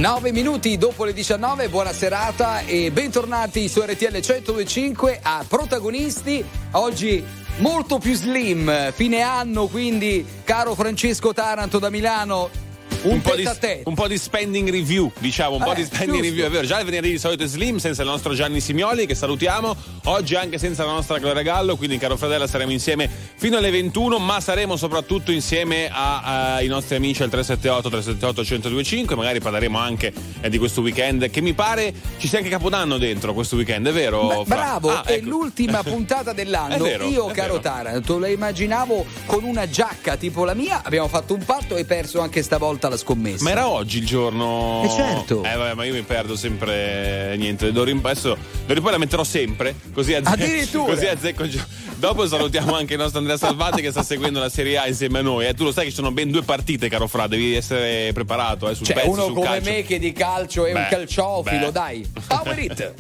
9 minuti dopo le 19, buona serata e bentornati su RTL 102.5 a Protagonisti. Oggi molto più slim, fine anno, quindi caro Francesco Taranto da Milano, un po' di spending review, diciamo, un po' di spending review, è vero. Già il venerdì di solito è slim, senza il nostro Gianni Simioli, che salutiamo. Oggi anche senza la nostra Gloria Gallo, quindi caro Fradella saremo insieme fino alle 21, ma saremo soprattutto insieme ai nostri amici al 378-378-1025. Magari parleremo anche di questo weekend, che mi pare ci sia anche Capodanno dentro questo weekend, è vero? Bravo, è l'ultima puntata dell'anno. Io, caro Taranto, la immaginavo con una giacca tipo la mia. Abbiamo fatto un patto e perso anche stavolta la scommessa. Ma era oggi il giorno? Certo. Vabbè, ma io mi perdo sempre niente. Adesso poi la metterò sempre, così azzecco. Dopo salutiamo anche il nostro Andrea Salvati che sta seguendo la Serie A insieme a noi. Tu lo sai che ci sono ben 2 partite, caro Fra, devi essere preparato sul pezzo, uno sul come calcio. Me che di calcio è un calciofilo, dai. Power it.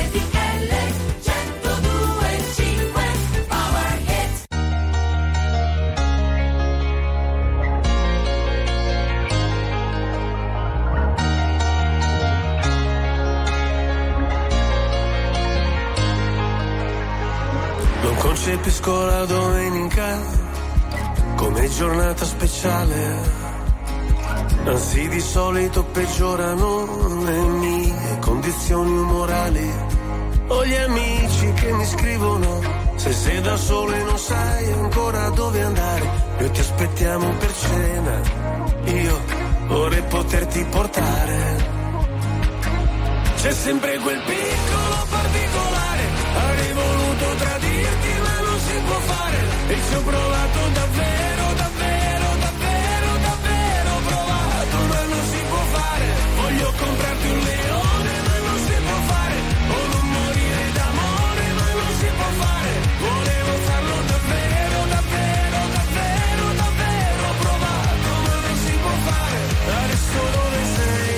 Concepisco la domenica come giornata speciale, anzi di solito peggiorano le mie condizioni umorali. Ho gli amici che mi scrivono: se sei da solo e non sai ancora dove andare, noi ti aspettiamo per cena, io vorrei poterti portare. C'è sempre quel piccolo particolare, avrei voluto tradirti ma non si può fare, e ci ho provato davvero, davvero, davvero, davvero provato, ma non si può fare. Voglio comprarti un leone ma non si può fare, o non morire d'amore ma non si può fare. Volevo farlo davvero, davvero, davvero, davvero provato, ma non si può fare. Adesso dove sei?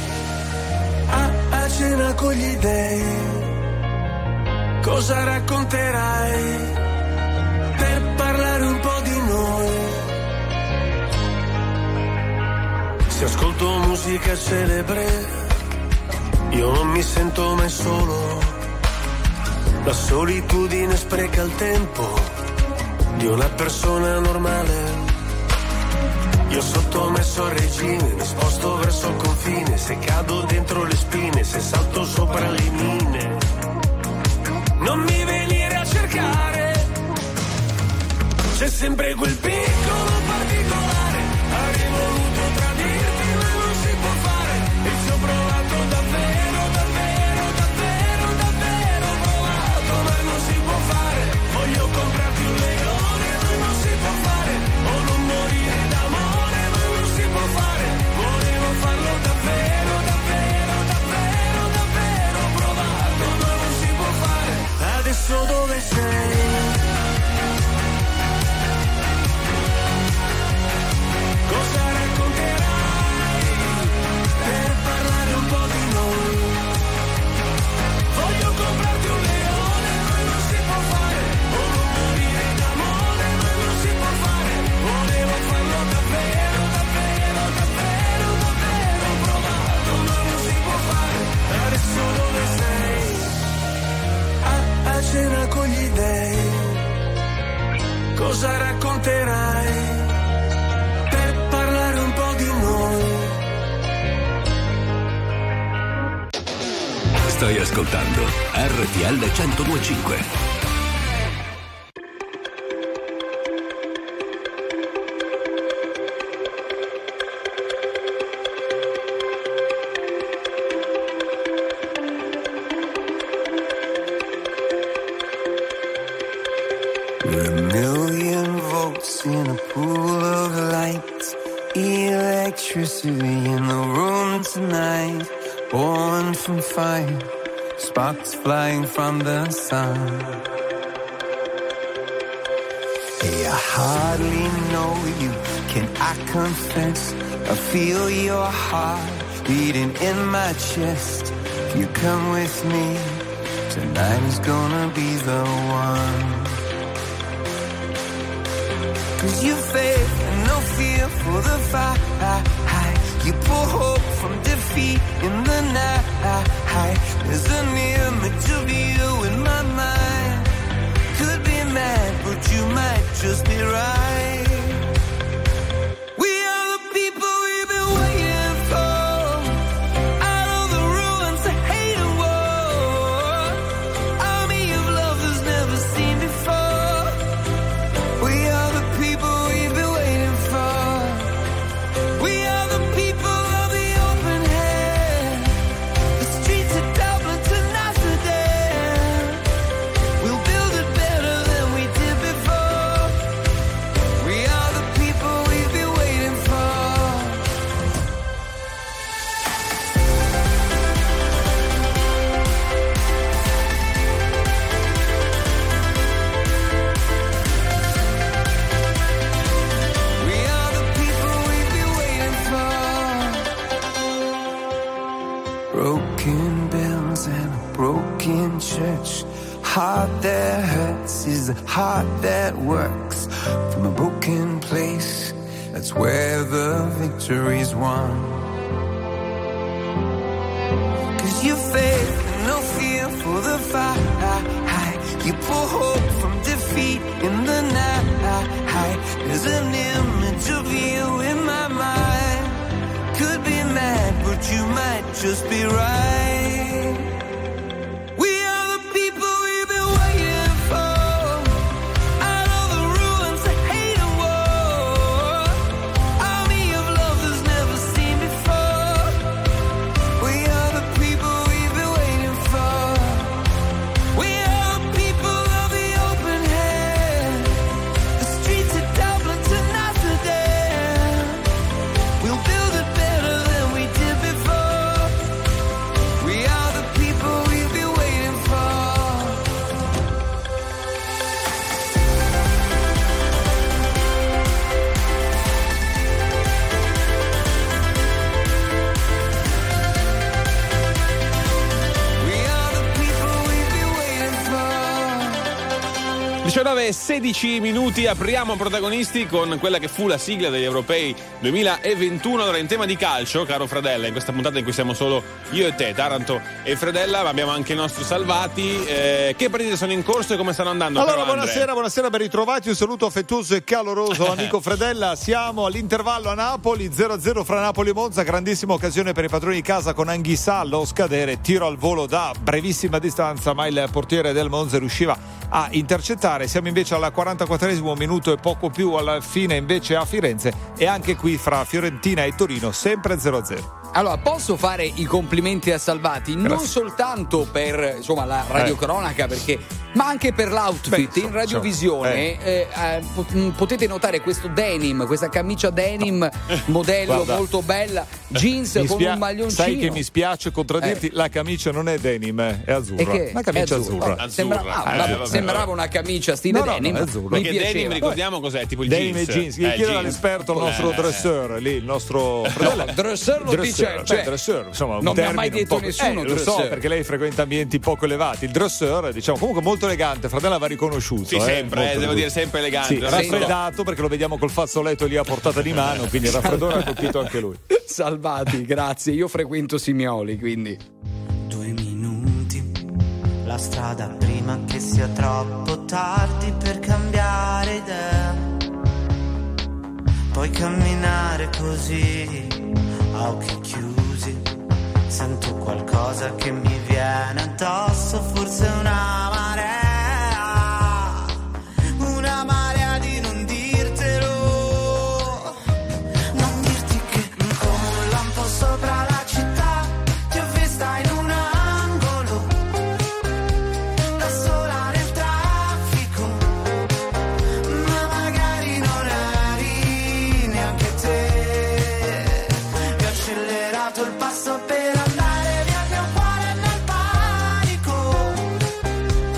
A cena con gli dèi, cosa racconterai per parlare un po' di noi? Se ascolto musica celebre, io non mi sento mai solo. La solitudine spreca il tempo di una persona normale. Io sottomesso al regime, mi sposto verso il confine, se cado dentro le spine, se salto sopra le mine. Non mi venire a cercare, c'è sempre quel piccolo particolare, avrei voluto tradirti ma non si può fare, e ci ho provato davvero, davvero, davvero, davvero provato, ma non si può fare. Voglio comprarti un leone ma non si può fare, o non morire d'amore ma non si può fare. Volevo farlo davvero, davvero, davvero, davvero provato, ma non si può fare. Adesso dove sei? Cosa racconterai per parlare un po' di noi? Voglio comprarti un leone ma non si può fare, o non morire d'amore ma non si può fare. Volevo farlo davvero, davvero, davvero, davvero provato, ma non si può fare. Adesso dove sei? A cena con gli dèi, cosa racconterai per parlare un po' di noi? Stai ascoltando RTL 102.5. In a pool of light, electricity in the room tonight, born from fire, sparks flying from the sun. Hey, I hardly know you, can I confess? I feel your heart beating in my chest. If you come with me, tonight is gonna be the one. 'Cause you faith and no fear for the fight. You pull hope from defeat in the night. There's an image of you in my mind. Could be mad, but you might just be right. We are the people we've been waiting for. Out of the ruins of hate and war. Army of love that's never seen before. We are the people we've been waiting for. We are the people of the open hand. The streets of Dublin to Amsterdam. We'll build it better than we did before. We are the people we've been waiting for. We are the people we've been waiting for. Broken bells and a broken church. Heart that hurts is a heart that works. From a broken place, that's where the victory's won. 'Cause you faith and no fear for the fight. You pull hope from defeat in the night. There's an image of you in my mind. Could be mad, but you might just be right. We are the people we've been waiting for. Out of the ruins of hate and war. Army of love that's never seen before. We are the people we've been waiting for. We are the people of the open hand. The streets of Dublin to Amsterdam. We'll build it better than we did before. We are the people we've been waiting for. We are the people we've been waiting for. 19:16 minuti, apriamo Protagonisti con quella che fu la sigla degli Europei 2021. Allora, in tema di calcio, caro Fradella, in questa puntata in cui siamo solo io e te, Taranto e Fradella, ma abbiamo anche i nostri Salvati. Che partite sono in corso e come stanno andando? Allora, Però, Andre? buonasera, ben ritrovati. Un saluto affettuoso e caloroso all'amico Fredella. Siamo all'intervallo a Napoli, 0-0 fra Napoli e Monza. Grandissima occasione per i padroni di casa con Anghissà allo scadere. Tiro al volo da brevissima distanza, ma il portiere del Monza riusciva a intercettare. Siamo invece al 44esimo minuto e poco più alla fine invece a Firenze, e anche qui fra Fiorentina e Torino sempre 0-0. Allora, posso fare i complimenti a Salvati non soltanto per insomma la radiocronaca, perché ma anche per l'outfit in radiovisione. Potete notare questo denim, questa camicia denim modello molto bella, jeans con un maglioncino. Sai che mi spiace contraddirti, la camicia non è denim, è azzurra. La camicia è azzurra. Sembrava una camicia stile denim. È azzurra. Perché denim, ricordiamo cos'è, tipo il denim jeans. E jeans. Gli chiedo all'esperto, il nostro dresseur lì, il nostro dresseur lo dice, dresseur, insomma, non mi ha mai detto nessuno lo so, perché lei frequenta ambienti poco elevati. Il dresseur, diciamo, comunque molto elegante. Fradella va riconosciuto. Sì, sempre, devo dire, sempre elegante. Sì, raffreddato, perché lo vediamo col fazzoletto lì a portata di mano, quindi il raffreddore ha colpito anche lui. Salvati, grazie. Io frequento Simioli, quindi 2 minuti, la strada prima che sia troppo tardi per cambiare idea. Puoi camminare così a occhi chiusi. Sento qualcosa che mi viene addosso, forse una marea di non dirtelo. Non dirti che come un lampo sopra la città ti ho vista in un angolo, da sola nel traffico, ma magari non eri neanche te. E ho accelerato il passo per andare via, il mio cuore nel panico.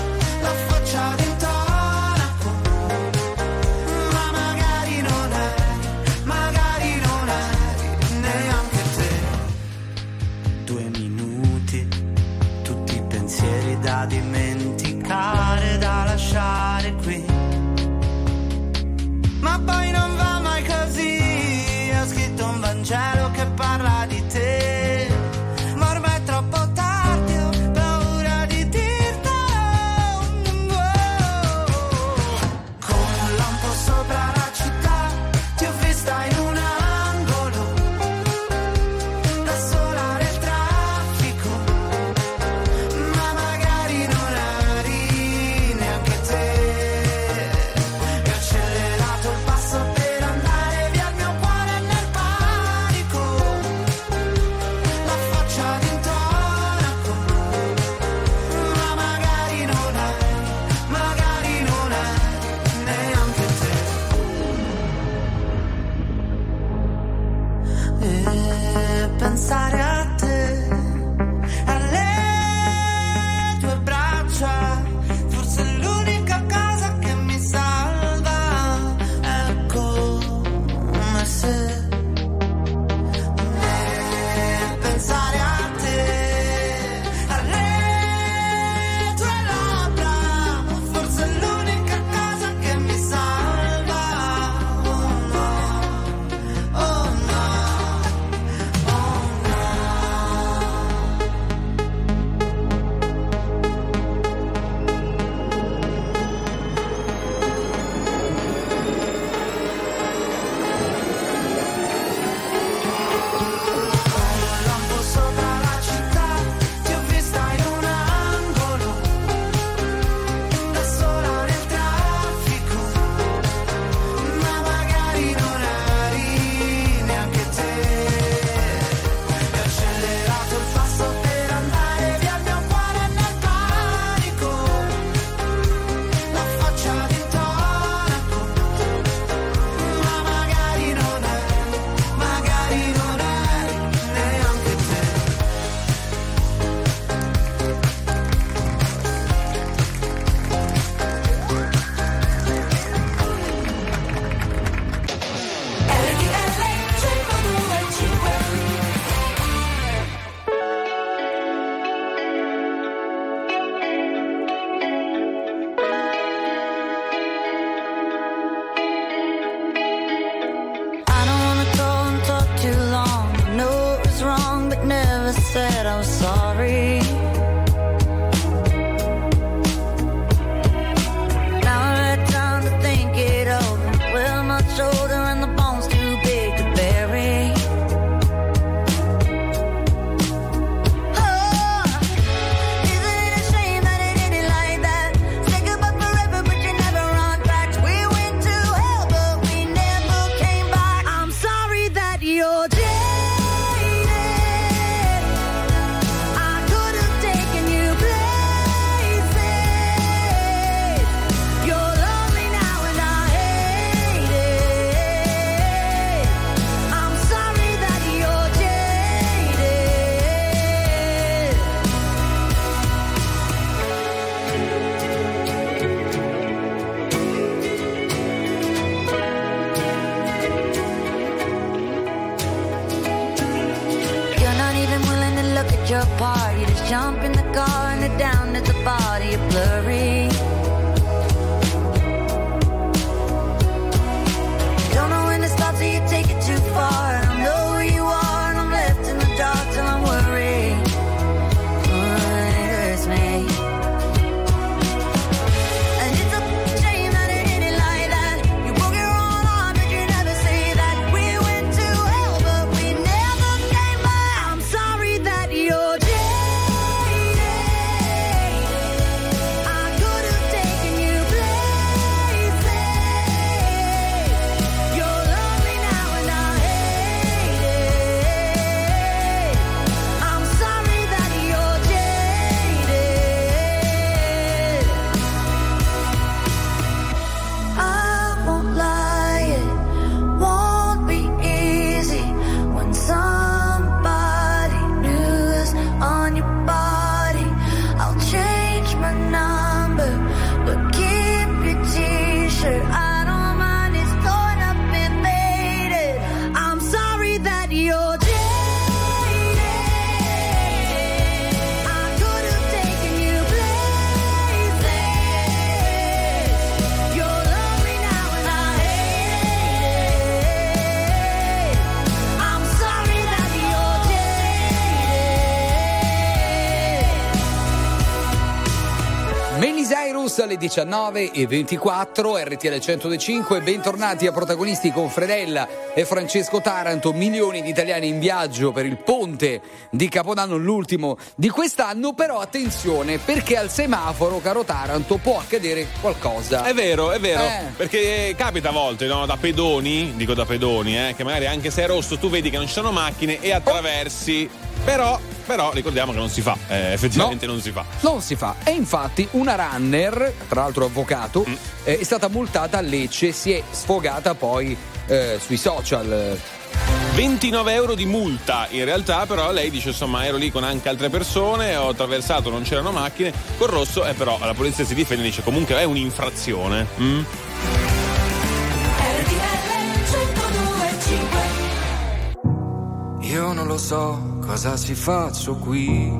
at your party. Just jump in the car and head down to the body of blurry. Don't know when to stop till you take it too far. I don't know where you are and I'm left in the dark till I'm worried. It hurts me. Alle 19:24, RTL 102.5, bentornati a Protagonisti con Fredella e Francesco Taranto. Milioni di italiani in viaggio per il ponte di Capodanno, l'ultimo di quest'anno, però attenzione perché al semaforo, caro Taranto, può accadere qualcosa. È vero, perché capita a volte, no, da pedoni, che magari anche se è rosso tu vedi che non ci sono macchine e attraversi, però ricordiamo che non si fa, effettivamente no, non si fa. Non si fa. E infatti una runner, tra l'altro avvocato, è stata multata a Lecce, si è sfogata poi sui social. 29 euro di multa in realtà, però lei dice insomma ero lì con anche altre persone, ho attraversato, non c'erano macchine, col rosso, però la polizia si difende e dice comunque è un'infrazione. Io non lo so cosa ci faccio qui,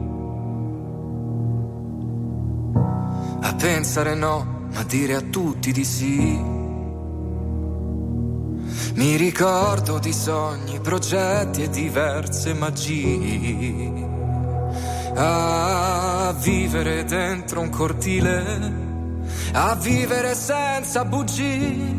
a pensare no, ma dire a tutti di sì. Mi ricordo di sogni, progetti e diverse magie, a vivere dentro un cortile, a vivere senza bugie.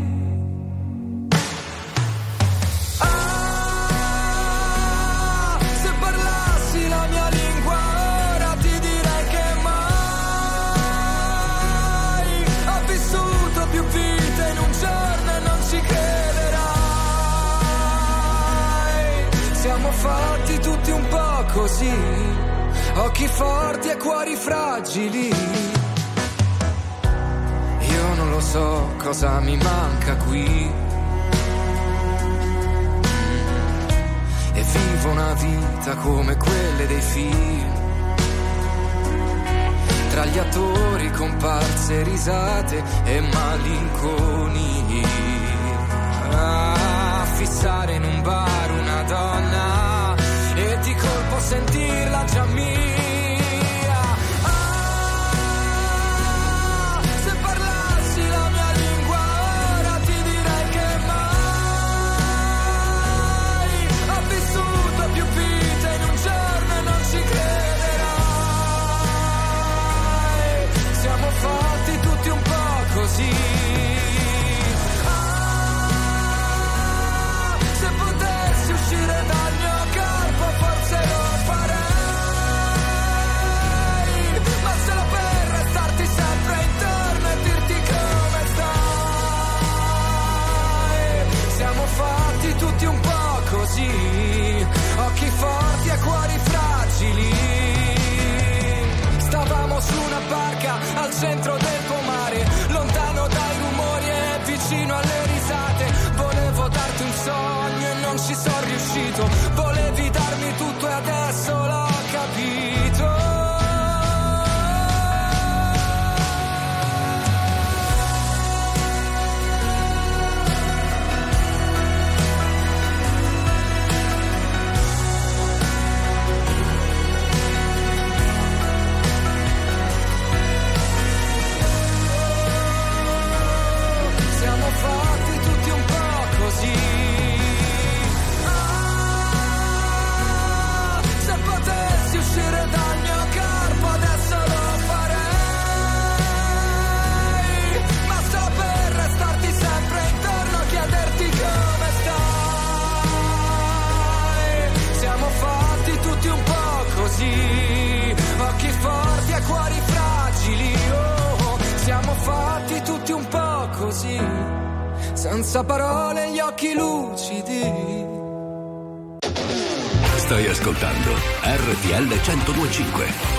Fatti tutti un po' così, occhi forti e cuori fragili. Io non lo so cosa mi manca qui, e vivo una vita come quelle dei film, tra gli attori, comparse, risate e malinconia, a fissare in un bar una donna e di colpo sentirla già mia. Se parlassi la mia lingua ora ti direi che mai ho vissuto più vite in un giorno e non ci crederai. Siamo fatti tutti un po' così. Se potessi uscire dal mio corpo forse lo farei, ma solo per restarti sempre intorno e dirti come stai. Siamo fatti tutti un po' così, occhi forti e cuori fragili. Stavamo su una barca al centro del pomare, lontano dai rumori e vicino alle risate. Volevo darti un sogno e non ci sono riuscito, volevi darmi tutto e adesso l'ho capito. fatti tutti un po' così. Se potessi uscire dal mio corpo adesso lo farei, ma solo per restarti sempre intorno, chiederti come stai. Siamo fatti tutti un po' così, occhi forti e cuori fragili, oh, siamo fatti tutti un po' così, senza parole gli occhi lucidi. Stai ascoltando RTL 102.5.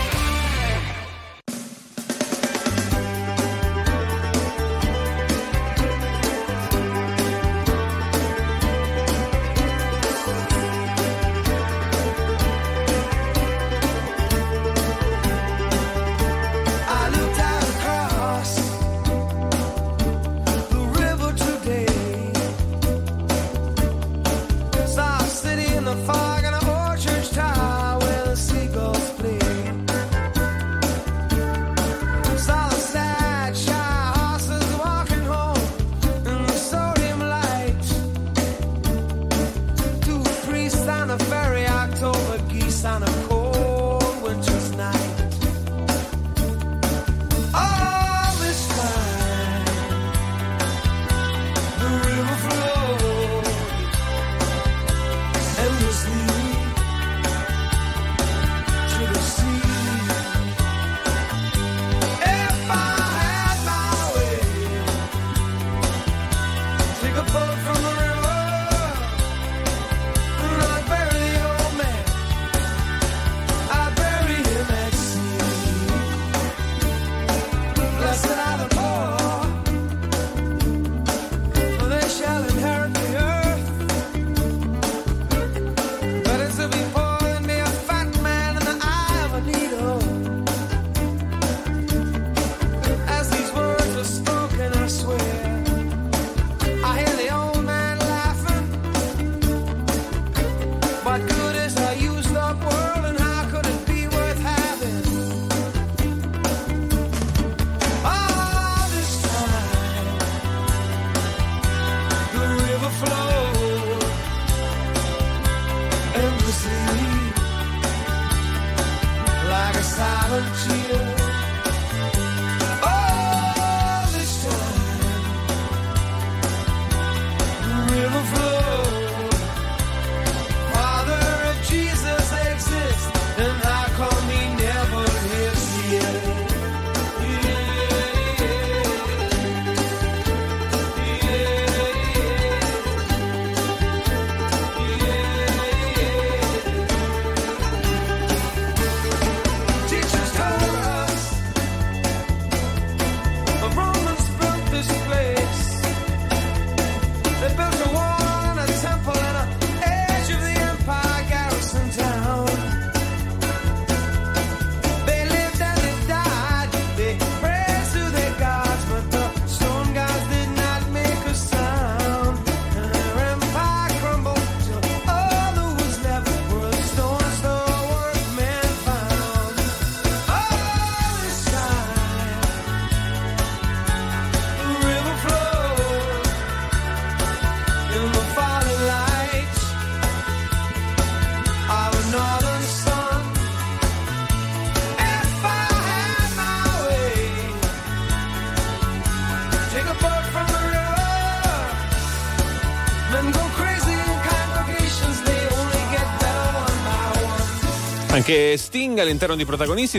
Anche Sting all'interno di Protagonisti,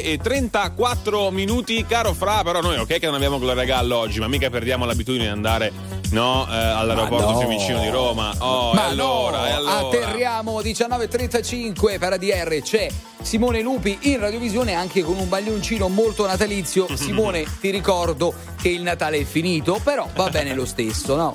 19:34. Caro Fra, però noi ok che non abbiamo Gloria Gallo oggi, ma mica perdiamo l'abitudine di andare all'aeroporto Fiumicino di Roma. Ma allora. Atterriamo 19:35 per ADR. C'è Simone Lupi in radiovisione anche con un maglioncino molto natalizio. Simone, ti ricordo che il Natale è finito, però va bene lo stesso, no?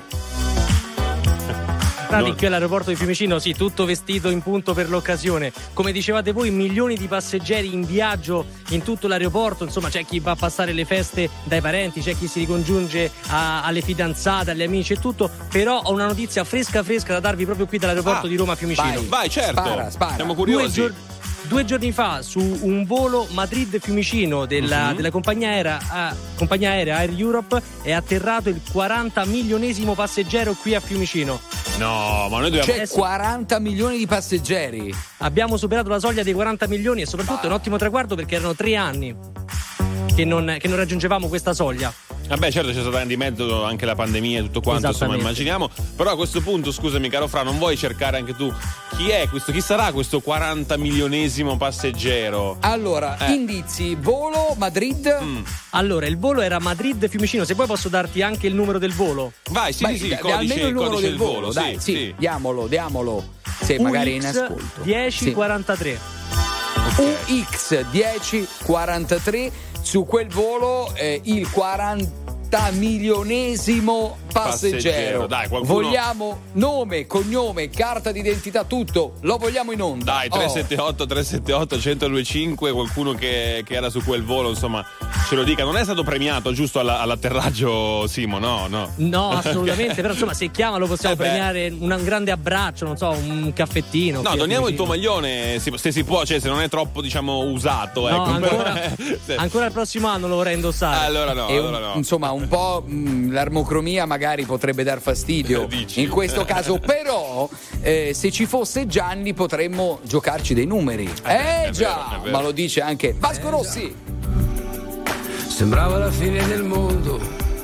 Qui all'aeroporto di Fiumicino, sì, tutto vestito in punto per l'occasione. Come dicevate voi, milioni di passeggeri in viaggio in tutto l'aeroporto. Insomma, c'è chi va a passare le feste dai parenti, c'è chi si ricongiunge alle fidanzate, agli amici e tutto. Però ho una notizia fresca da darvi proprio qui dall'aeroporto di Roma Fiumicino. Vai, certo. Spara. Siamo curiosi. 2 giorni fa su un volo Madrid-Fiumicino della compagnia aerea Air Europe è atterrato il 40 milionesimo passeggero qui a Fiumicino. No, ma noi dobbiamo... C'è 40 milioni di passeggeri. Abbiamo superato la soglia dei 40 milioni e soprattutto è un ottimo traguardo perché erano 3 anni che non raggiungevamo questa soglia. Vabbè, certo, c'è stata di mezzo anche la pandemia e tutto quanto, insomma, immaginiamo. Però a questo punto, scusami caro Fra, non vuoi cercare anche tu chi sarà questo 40 milionesimo passeggero? Allora, indizi, volo Madrid. Allora, il volo era Madrid-Fiumicino, se vuoi posso darti anche il numero del volo. Vai, sì, il codice, almeno il numero del volo, dai, sì. Diamolo. Se magari è in ascolto. 1043. UX 1043. Su quel volo il 40 milionesimo passeggero. Dai, qualcuno... Vogliamo nome, cognome, carta d'identità, tutto. Lo vogliamo in onda. Dai, 378 1025, qualcuno che era su quel volo, insomma, ce lo dica. Non è stato premiato giusto all'atterraggio, Simo, no? No, assolutamente. Però insomma, se chiama lo possiamo premiare un grande abbraccio, non so, un caffettino. No, doniamo il tuo maglione, se si può, cioè se non è troppo, diciamo, usato. No, ecco. ancora il prossimo anno lo vorrei indossare. Allora no. Insomma, un po' l'armocromia magari potrebbe dar fastidio in questo caso, però se ci fosse Gianni potremmo giocarci dei numeri. È vero. Ma lo dice anche Vasco Rossi. Sembrava la fine del mondo,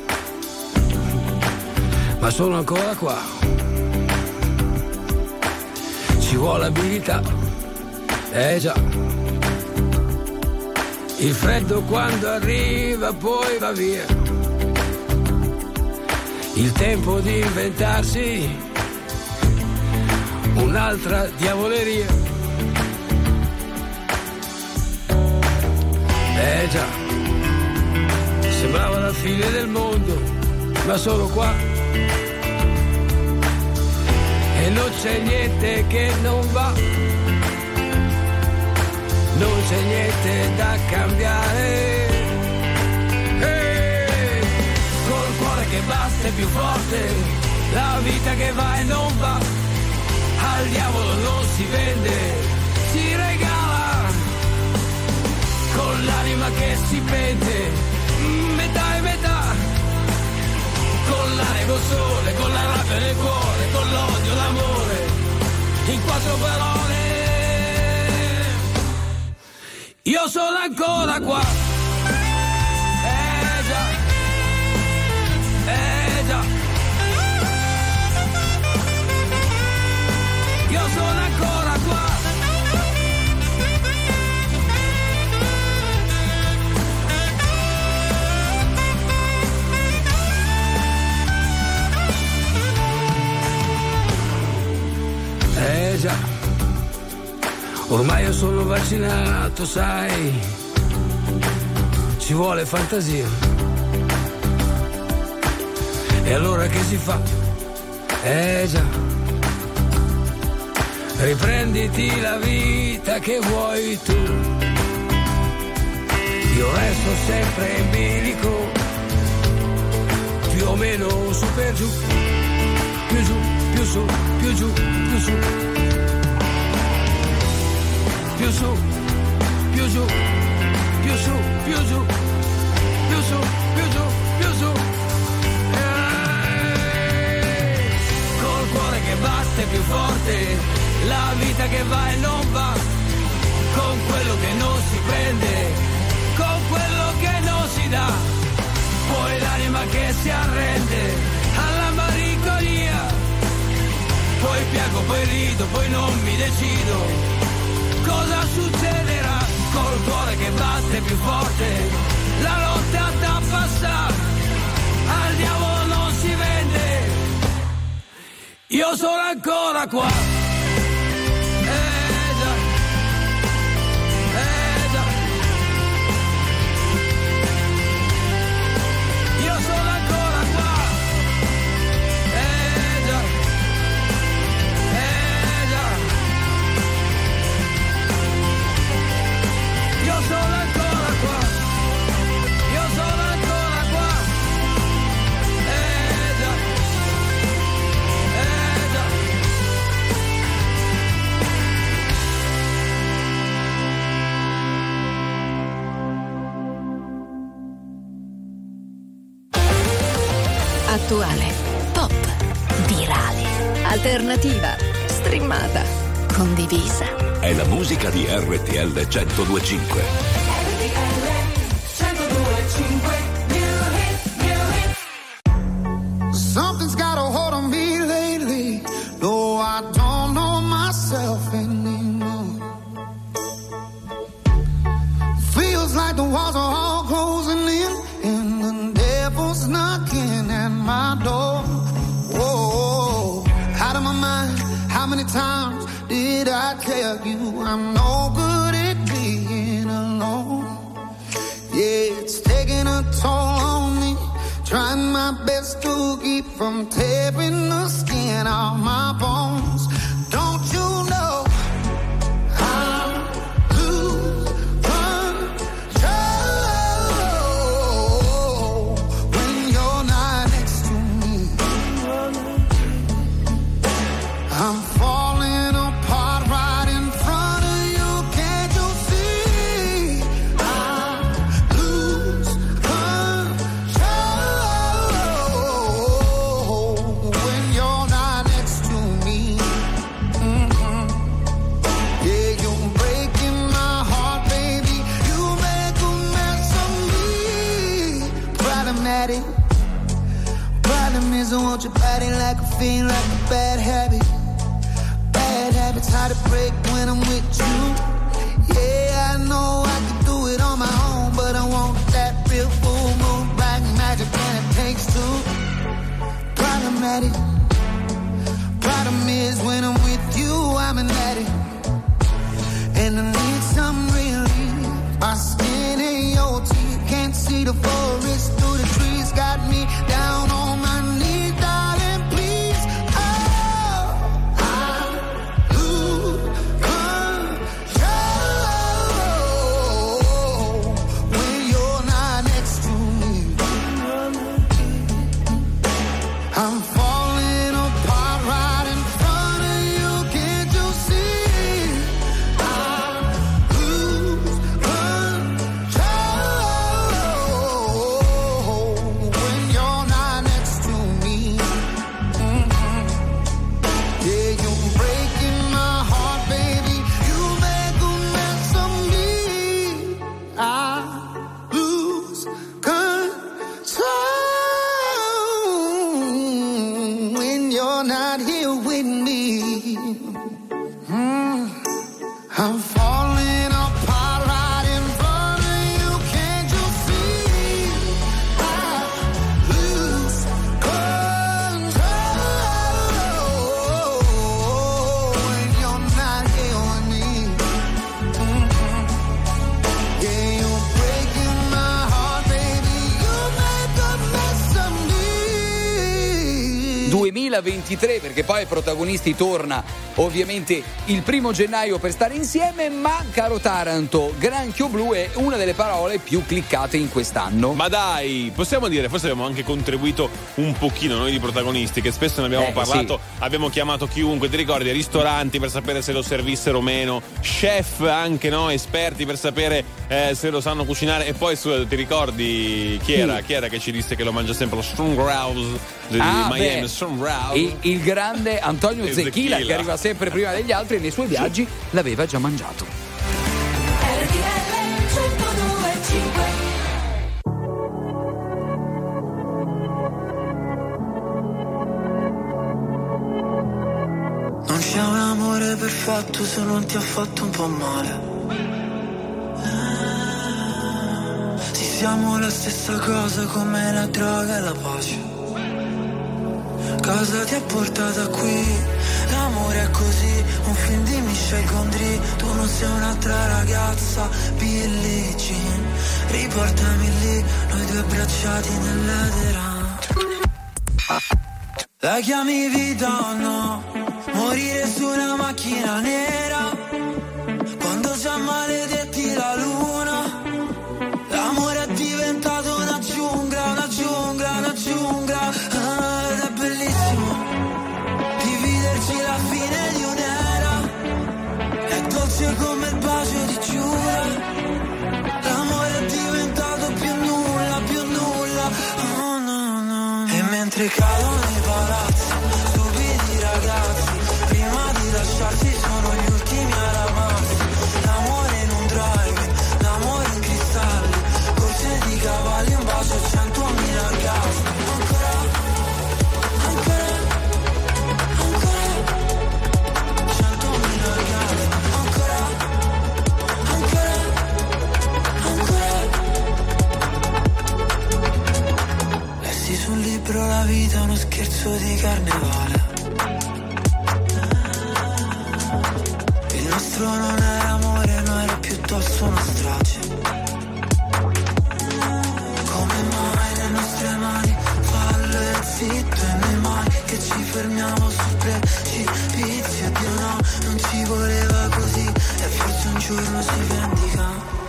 ma sono ancora qua. Ci vuole abilità, già. Il freddo quando arriva poi va via. Il tempo di inventarsi un'altra diavoleria. Già, sembrava la fine del mondo, ma sono qua. E non c'è niente che non va, non c'è niente da cambiare. Col cuore che batte più forte, la vita che va e non va, al diavolo non si vende, si regala, con l'anima che si pente, metà e metà, con l'animo sole, con la rabbia nel cuore, con l'odio, l'amore, in 4 parole, io sono ancora qua. Io sono ancora qua. Già, ormai io sono vaccinato, sai, ci vuole fantasia. E allora che si fa? Già, riprenditi la vita che vuoi tu. Io resto sempre in bilico, più o meno su per giù, più giù, più su, più giù, più su, più su, più giù, più su, più giù, più su, più giù, più su. Col cuore che batte più forte, la vita che va e non va, con quello che non si prende, con quello che non si dà, poi l'anima che si arrende alla malinconia, poi piango, poi rido, poi non mi decido cosa succederà, col cuore che batte più forte, la lotta da passare, al diavolo non si vende, io sono ancora qua. attuale, pop, virale, alternativa, streamata, condivisa. È la musica di RTL 102.5. Something's got a hold on me lately. No, I don't know myself anymore. Feels like the walls are all closing in, and the devil's knocking at my door. Whoa, out of my mind. How many times did I tell you I'm no good at being alone? Yeah, it's taking a toll on me. Trying my best to keep from tearing the skin off my bones. Don't you know I lose control when you're not next to me? I'm falling apart right in front of you. Can't you see? I lose control when you're not next to me. Yeah, you're breaking my heart, baby. You make a mess of me. Problematic. Problem is I want your body like a fiend, like a bad habit. Bad habits hard to break when I'm with you. Yeah, I know I can do it on my own, but I want that real full moon, black magic, and it takes two. Problematic. Problem is when I'm with you, I'm an addict, and I need some relief. My skin ain't your teeth, can't see the forest through the trees. Got me down on my knees, darling, please. Oh, I lose control when you're not next to me. I'm falling apart right in front of you. Can't you see? I lose control when you're not next to me. Yeah, you're breaking my heart, baby. You make a mess of me. I lose control when you're not here with me. I'm falling apart right in front of you. Can't you see? I lose control when you're not here with me. Yeah, you're breaking my heart, baby. You make a mess of me. 2023, perché poi ai Protagonisti torna ovviamente il 1° gennaio per stare insieme, ma caro Taranto, granchio blu è una delle parole più cliccate in quest'anno. Ma dai, possiamo dire, forse abbiamo anche contribuito un pochino noi di Protagonisti, che spesso ne abbiamo parlato, sì. Abbiamo chiamato chiunque, ti ricordi, ai ristoranti per sapere se lo servissero o meno, chef anche, no, esperti per sapere se lo sanno cucinare, e poi ti ricordi chi era che ci disse che lo mangia sempre, lo Strong Rouse di Miami, Strong Rouse, il grande Antonio Zecchila, che arriva sempre prima degli altri e nei suoi viaggi l'aveva già mangiato. Non c'è un amore perfetto se non ti ha fatto un po' male. Sì, siamo la stessa cosa come la droga e la pace. Cosa ti ha portata qui? L'amore è così, un film di Michel Gondry. Tu non sei un'altra ragazza, Billie Jean. Riportami lì, noi due abbracciati nell'edera. La chiami vita o no? Morire su una macchina nera, quando già maledetti la luna. L'amore è diventato una giungla, una giungla, una giungla. Ed è bellissimo dividerci la fine di un'era. È dolce come il bacio di Giura. L'amore è diventato più nulla, più nulla. Oh no, no. E mentre cade cadono i palazzi, stupidi ragazzi, prima di lasciarsi sono gli ultimi a ramarsi. L'amore in un drive, l'amore in cristalli, corse di cavalli, un bacio, 100.000 orgasmi. Ancora, ancora, ancora, 100.000 orgasmi. Ancora, ancora, ancora. Lessi sul libro La vita è uno scherzo di carnevale. Il nostro non era amore, no, era piuttosto una strage. Come mai le nostre mani fallo e zitto e nei mali che ci fermiamo sul precipizio. Dio no, non ci voleva così e forse un giorno si vendica.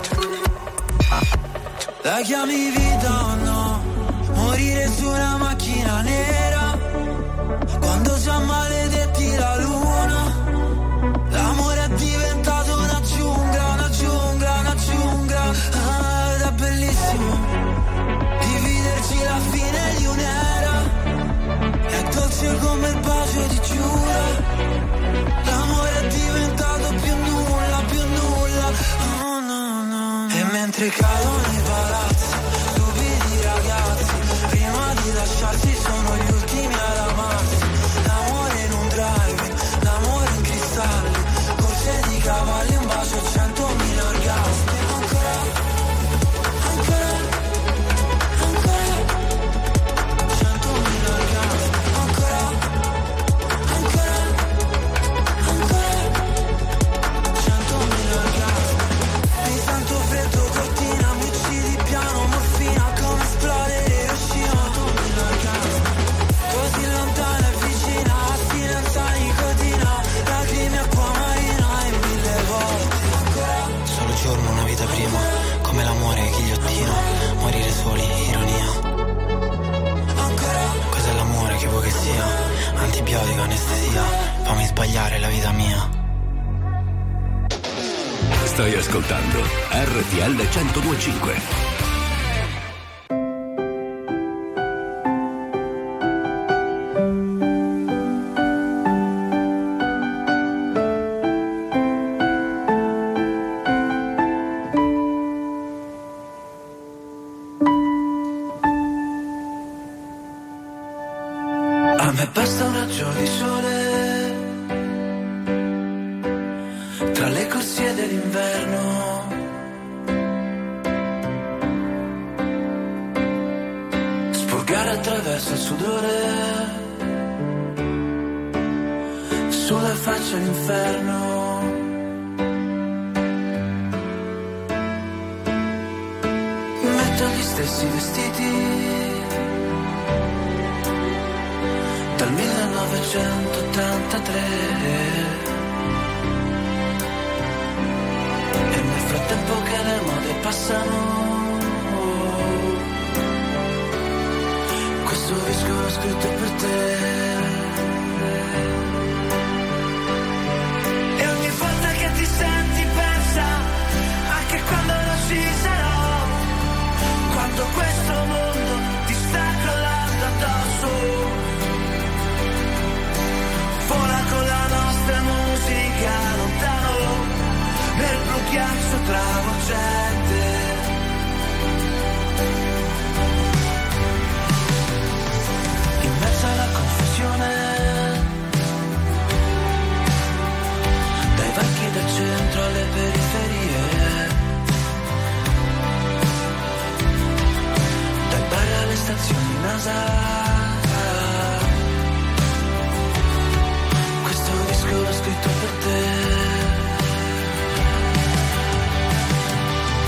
La chiami vita o no? Morire su una macchina nera quando già maledetti la luna. L'amore è diventato una giungla, una giungla, una giungla. Ah, ed è bellissimo dividerci la fine di un'era. È dolce come il bacio di Giura. L'amore è diventato più nulla, più nulla. Oh no, no. E mentre cadono i palazzi, stupidi ragazzi, prima di lasciarsi sono gli ultimi ad amarsi. L'amore in un drive, l'amore in cristalli, corse di cavalli, un bacio, 100.000 orgasmi. Ancora, ancora, ancora, 100.000 orgasmi. Ancora, ancora, ancora, 100.000 orgasmi. Mi sento freddo, cortina, mi uccidi piano, morfina, come esplodere Hiroshima. 100.000 orgasmi. Così lontana e vicina, astinenza, nicotina, lacrime, acqua marina e 1000 volte. Ancora, Solo giorno, una vita prima, come l'amore, ghigliottina, morire soli, ironia. ancora, Cos'è l'amore, che vuoi che sia? Antibiotico, anestesia, fammi sbagliare la vita mia. Stai ascoltando RTL 102.5. a me basta un raggio di sole tra le corsie dell'inverno. Sporgare attraverso il sudore sulla faccia l'inferno. Metto gli stessi vestiti dal 1983 e nel frattempo che le mode passano questo disco l'ho scritto per te. E ogni volta che ti senti pensa anche quando non ci sarò, quando questo mondo ti sta crollando addosso. Vola con la nostra musica lontano nel blu ghiaccio travolgente. In mezzo alla confusione dai banchi del centro alle periferie, dai bar alle stazioni NASA. L'ho scritto per te.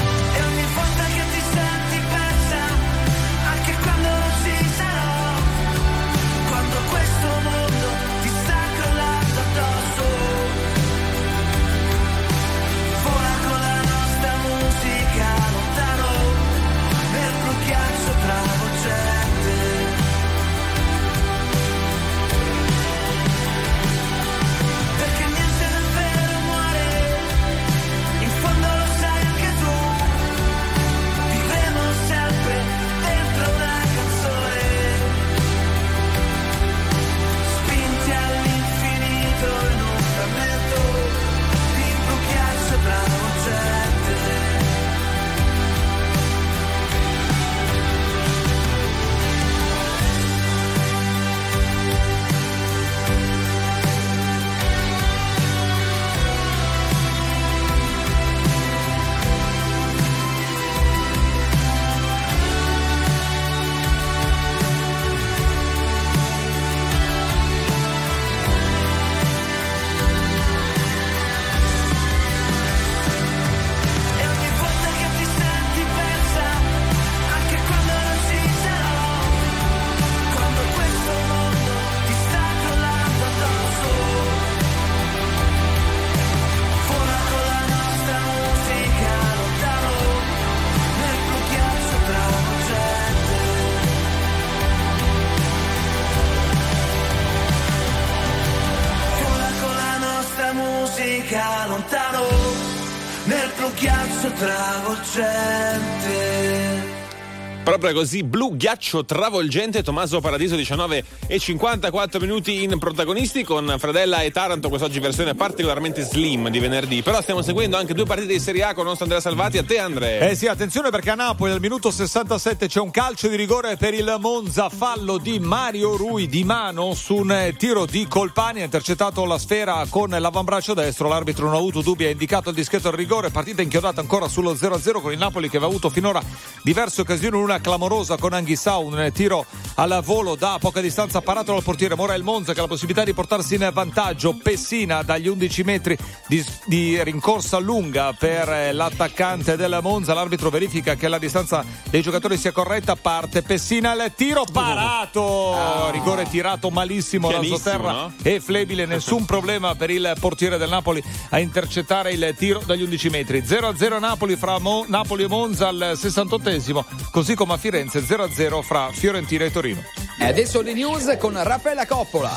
travolgente. Proprio così, blu ghiaccio travolgente. Tommaso Paradiso, 19:54 in protagonisti con Fradella e Taranto, quest'oggi versione particolarmente slim di venerdì. Però stiamo seguendo anche 2 partite di Serie A con il nostro Andrea Salvati. A te, Andrea. Sì, attenzione perché a Napoli al minuto 67 c'è un calcio di rigore per il Monza, fallo di Mario Rui di mano su un tiro di Colpani, ha intercettato la sfera con l'avambraccio destro, l'arbitro non ha avuto dubbi, ha indicato il dischetto del rigore, partita inchiodata ancora sullo 0-0 con il Napoli che aveva avuto finora diverse occasioni, una clamorosa con Anghissà, un tiro al volo da poca distanza parato dal portiere Morel. Monza che ha la possibilità di portarsi in vantaggio, Pessina dagli 11 metri di rincorsa lunga per l'attaccante del Monza, l'arbitro verifica che la distanza dei giocatori sia corretta, parte Pessina, il tiro parato, rigore tirato malissimo da sotterra, no? E Flebile, nessun problema per il portiere del Napoli a intercettare il tiro dagli 11 metri. 0-0 Napoli fra Napoli e Monza al 68esimo, così come a Firenze 0-0 fra Fiorentina e Torino. E adesso le news con Raffaella Coppola.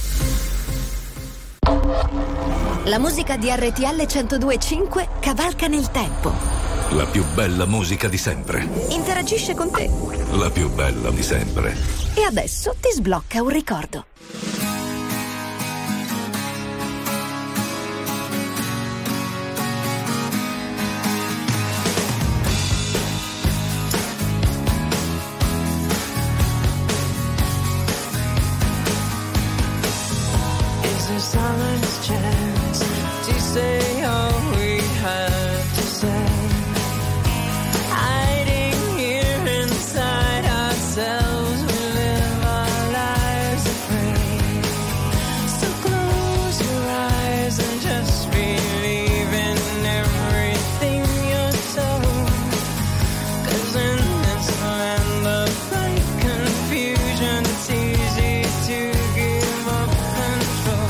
La musica di RTL 102.5 cavalca nel tempo. La più bella musica di sempre. Interagisce con te. La più bella di sempre. E adesso ti sblocca un ricordo. Silence chance to say all we have to say, hiding here inside ourselves, we live our lives afraid. So close your eyes and just believe in everything you're told, 'cause in this land of great confusion it's easy to give up control.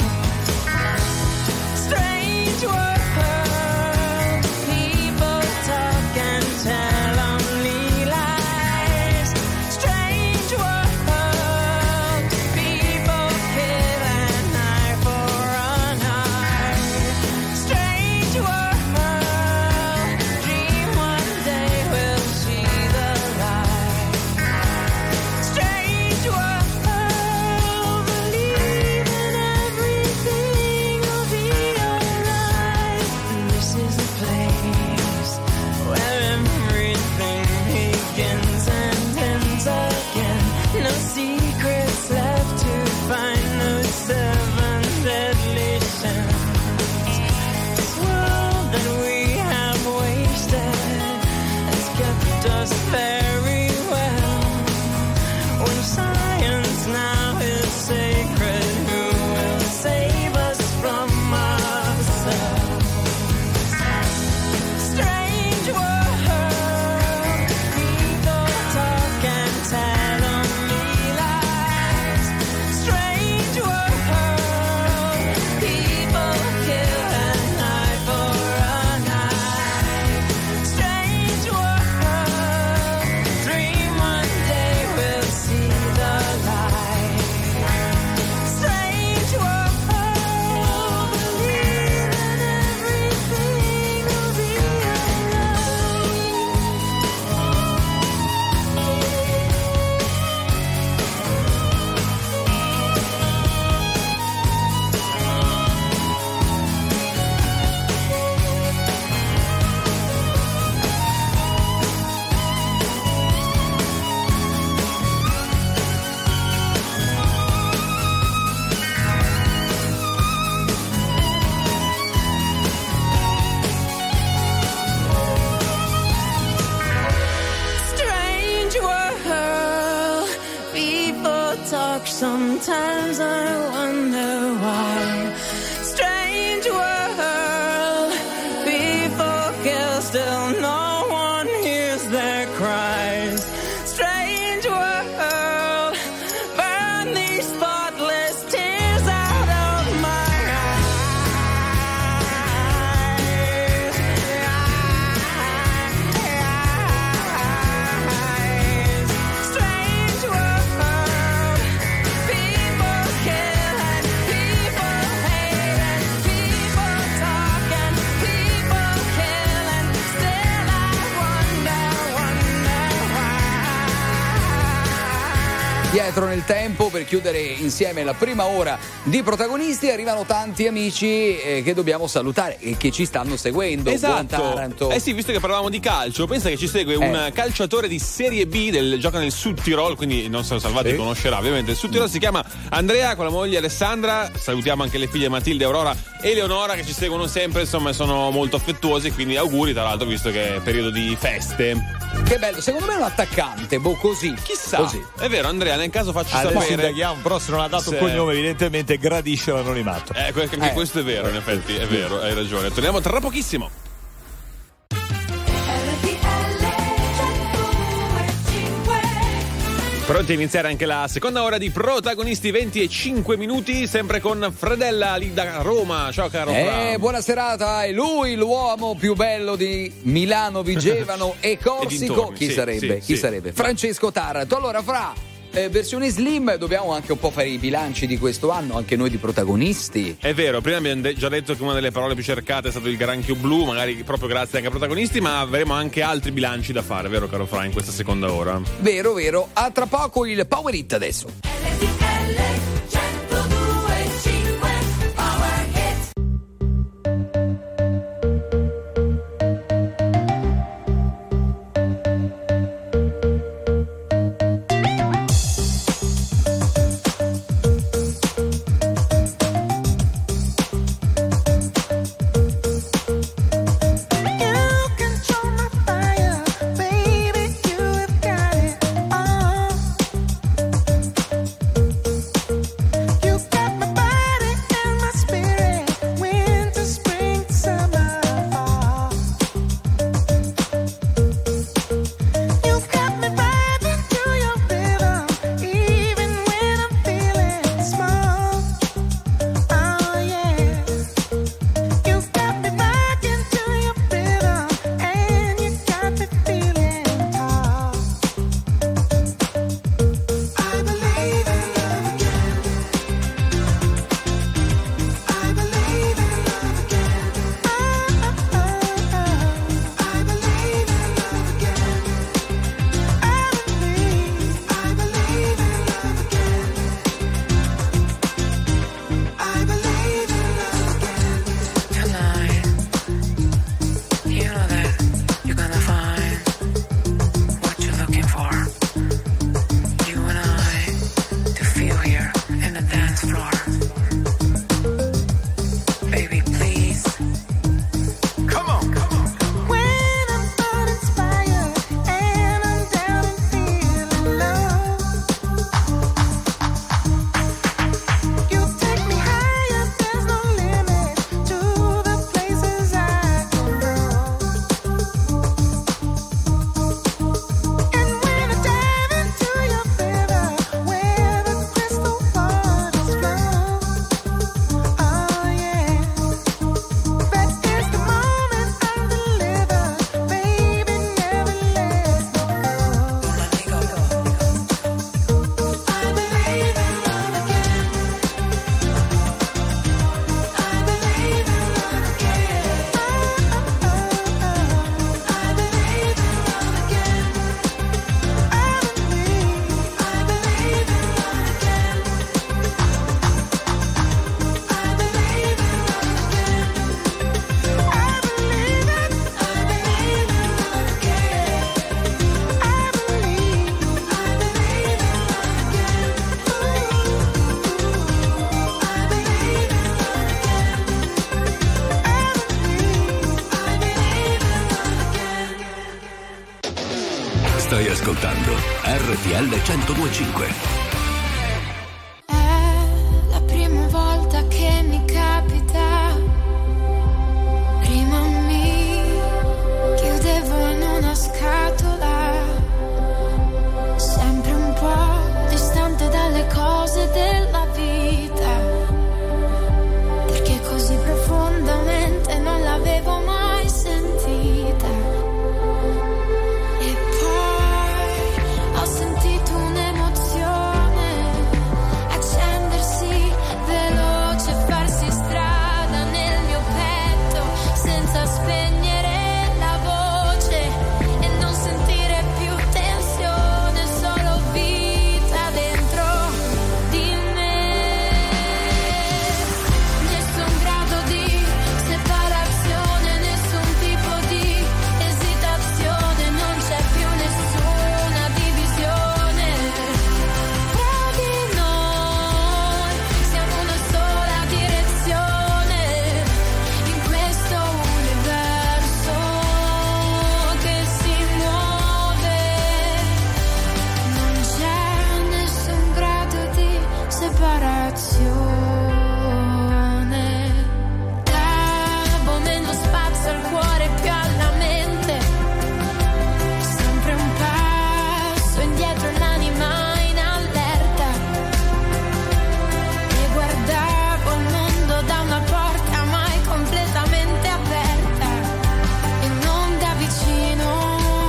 Strange world, people talk and tell only lies. Strange world, people kill an eye for an eye. Strange world, dream one day we'll see the light. Strange world, believe in everything will be alright. This is a place where everything begins and ends again. No secrets left to find, no 7 deadly sins. This world that we have wasted has kept us very well. When science now is sacred, who will save us from ourselves? Strange world, people talk and tell only lies. Strange world, people kill an eye for an eye. Strange world, dream one day we'll see the light. Strange world, believe in everything will be strange world, people talk, sometimes I wonder why. Strange world, people kill, still no one hears their cries. Strange world, burn these spotless tears out of my eyes. Strange world, people kill and people hate. indietro nel tempo per chiudere insieme la prima ora di Protagonisti. Arrivano tanti amici che dobbiamo salutare e che ci stanno seguendo. Esatto. Buon Taranto. Sì, visto che parlavamo di calcio, pensa che ci segue un calciatore di Serie B, gioca nel Sud Tirol, quindi il nostro Salvati conoscerà ovviamente. Il Sud Tirol si chiama Andrea, con la moglie Alessandra. Salutiamo anche le figlie Matilde, Aurora e Leonora, che ci seguono sempre, insomma sono molto affettuosi, quindi auguri, tra l'altro, visto che è periodo di feste. Che bello, secondo me è un attaccante, così. Chissà. Così. È vero, Andrea, nel caso facci Adesso sapere. indaghiamo, però se non ha dato il cognome evidentemente gradisce l'anonimato. Anche questo è vero, in effetti, è vero, hai ragione. Torniamo tra pochissimo. Pronti a iniziare anche la seconda ora di Protagonisti, 20 e 5 minuti, sempre con Fredella lì da Roma. Ciao caro Fra. Buona serata, è lui l'uomo più bello di Milano, Vigevano e Corsico. Chi sarebbe? Francesco Taranto. Allora Fra, versione slim, dobbiamo anche un po' fare i bilanci di questo anno, anche noi di Protagonisti. È vero, prima abbiamo già detto che una delle parole più cercate è stato il granchio blu, magari proprio grazie anche a Protagonisti, ma avremo anche altri bilanci da fare, vero caro Fra, in questa seconda ora? Vero. A tra poco il Power Hit adesso. Stai ascoltando RTL 102.5. È la prima volta che mi capita. Prima mi chiudevo in una scatola, sempre un po' distante dalle cose della vita, perché così profondamente non l'avevo mai sentita. Ho sentito un'emozione Cavo nello spazio al cuore più alla mente, sempre un passo indietro l'anima in allerta, e guardavo il mondo da una porta mai completamente aperta e non da vicino.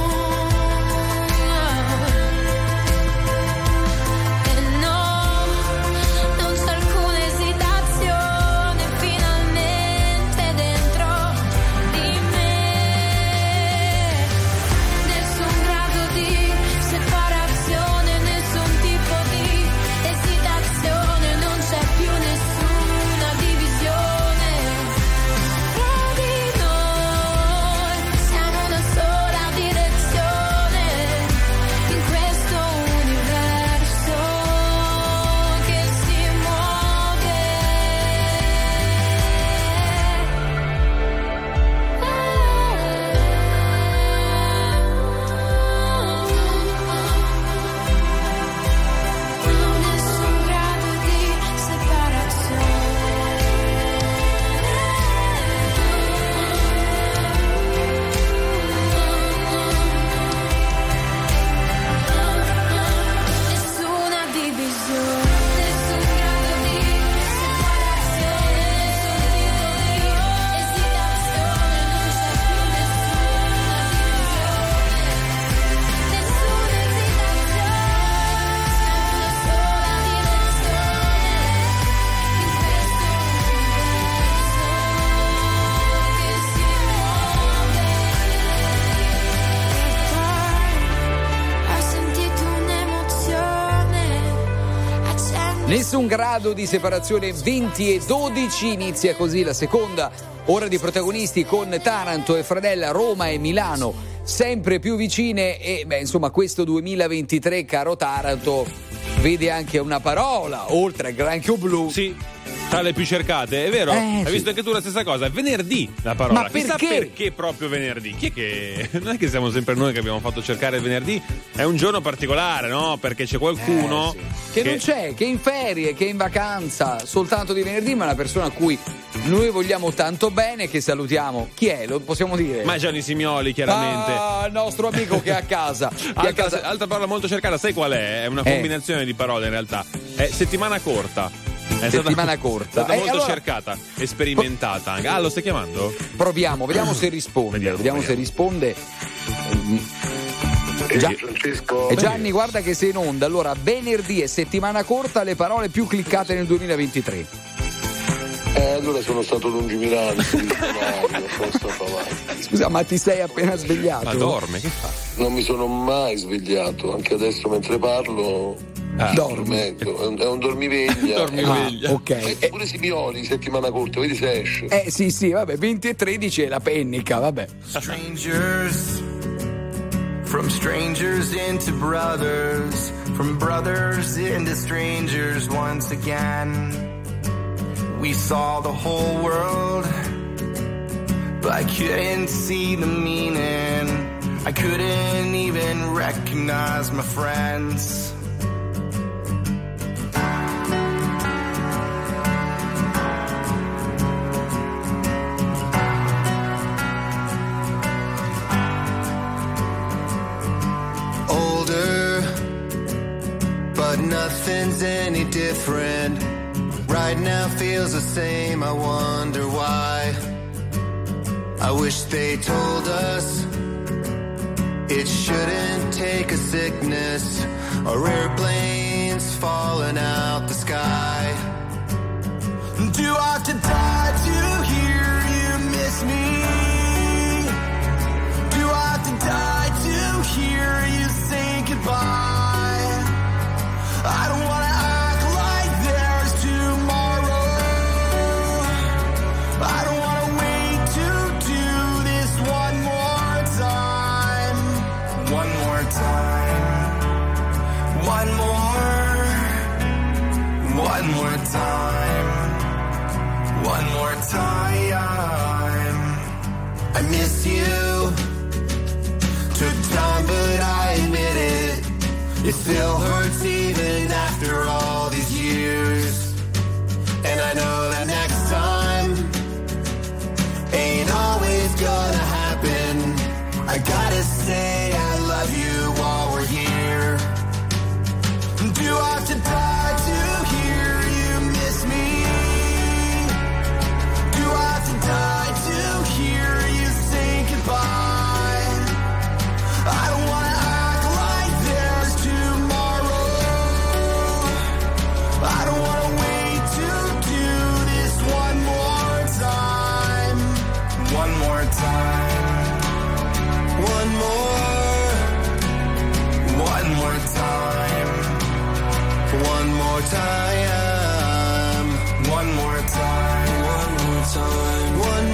Nessun grado di separazione, 20 e 12, inizia così la seconda ora di Protagonisti con Taranto e Fradella, Roma e Milano sempre più vicine e insomma questo 2023, caro Taranto, vede anche una parola oltre al granchio blu. Sì. Tra le più cercate, è vero? Hai visto anche tu la stessa cosa? Venerdì la parola. Ma perché? Chissà perché proprio venerdì? Chi è che. Non è che siamo sempre noi che abbiamo fatto cercare il venerdì, è un giorno particolare, no? Perché c'è qualcuno che non c'è, che è in ferie, che è in vacanza soltanto di venerdì, ma è una persona a cui noi vogliamo tanto bene, che salutiamo. Chi è? Lo possiamo dire? Ma Gianni Simioli, chiaramente. Ah, il nostro amico che è a casa. Altra parola molto cercata, sai qual è? È una combinazione di parole in realtà. È settimana corta. È settimana corta. È stata molto cercata e sperimentata anche. Ah, lo stai chiamando? Proviamo, vediamo se risponde. Vediamo se risponde. Gianni, guarda che sei in onda. Allora, venerdì e settimana corta, le parole più cliccate nel 2023. Allora sono stato lungimirante. Scusa, ma ti sei appena svegliato? Ma dorme, che fa? Non mi sono mai svegliato, anche adesso mentre parlo. Dormetto, è un dormiveglia. Ok. Pure Simioli, settimana corta, vedi se esce. Sì, vabbè, 20 e 13 è la pennica, vabbè. Strangers, from strangers into brothers, from brothers into strangers once again. We saw the whole world, but I couldn't see the meaning. I couldn't even recognize my friends. But nothing's any different. Right now feels the same, I wonder why. I wish they told us it shouldn't take a sickness or airplanes falling out the sky. Do I have to die to hear you miss me? Do I have to die to hear you say goodbye? I don't wanna act like there's tomorrow. I don't wanna wait to do this one more time. One more time. One more time. One more time. I miss you. Took time, but I admit it. It still hurts even after all these years. time, one more time, one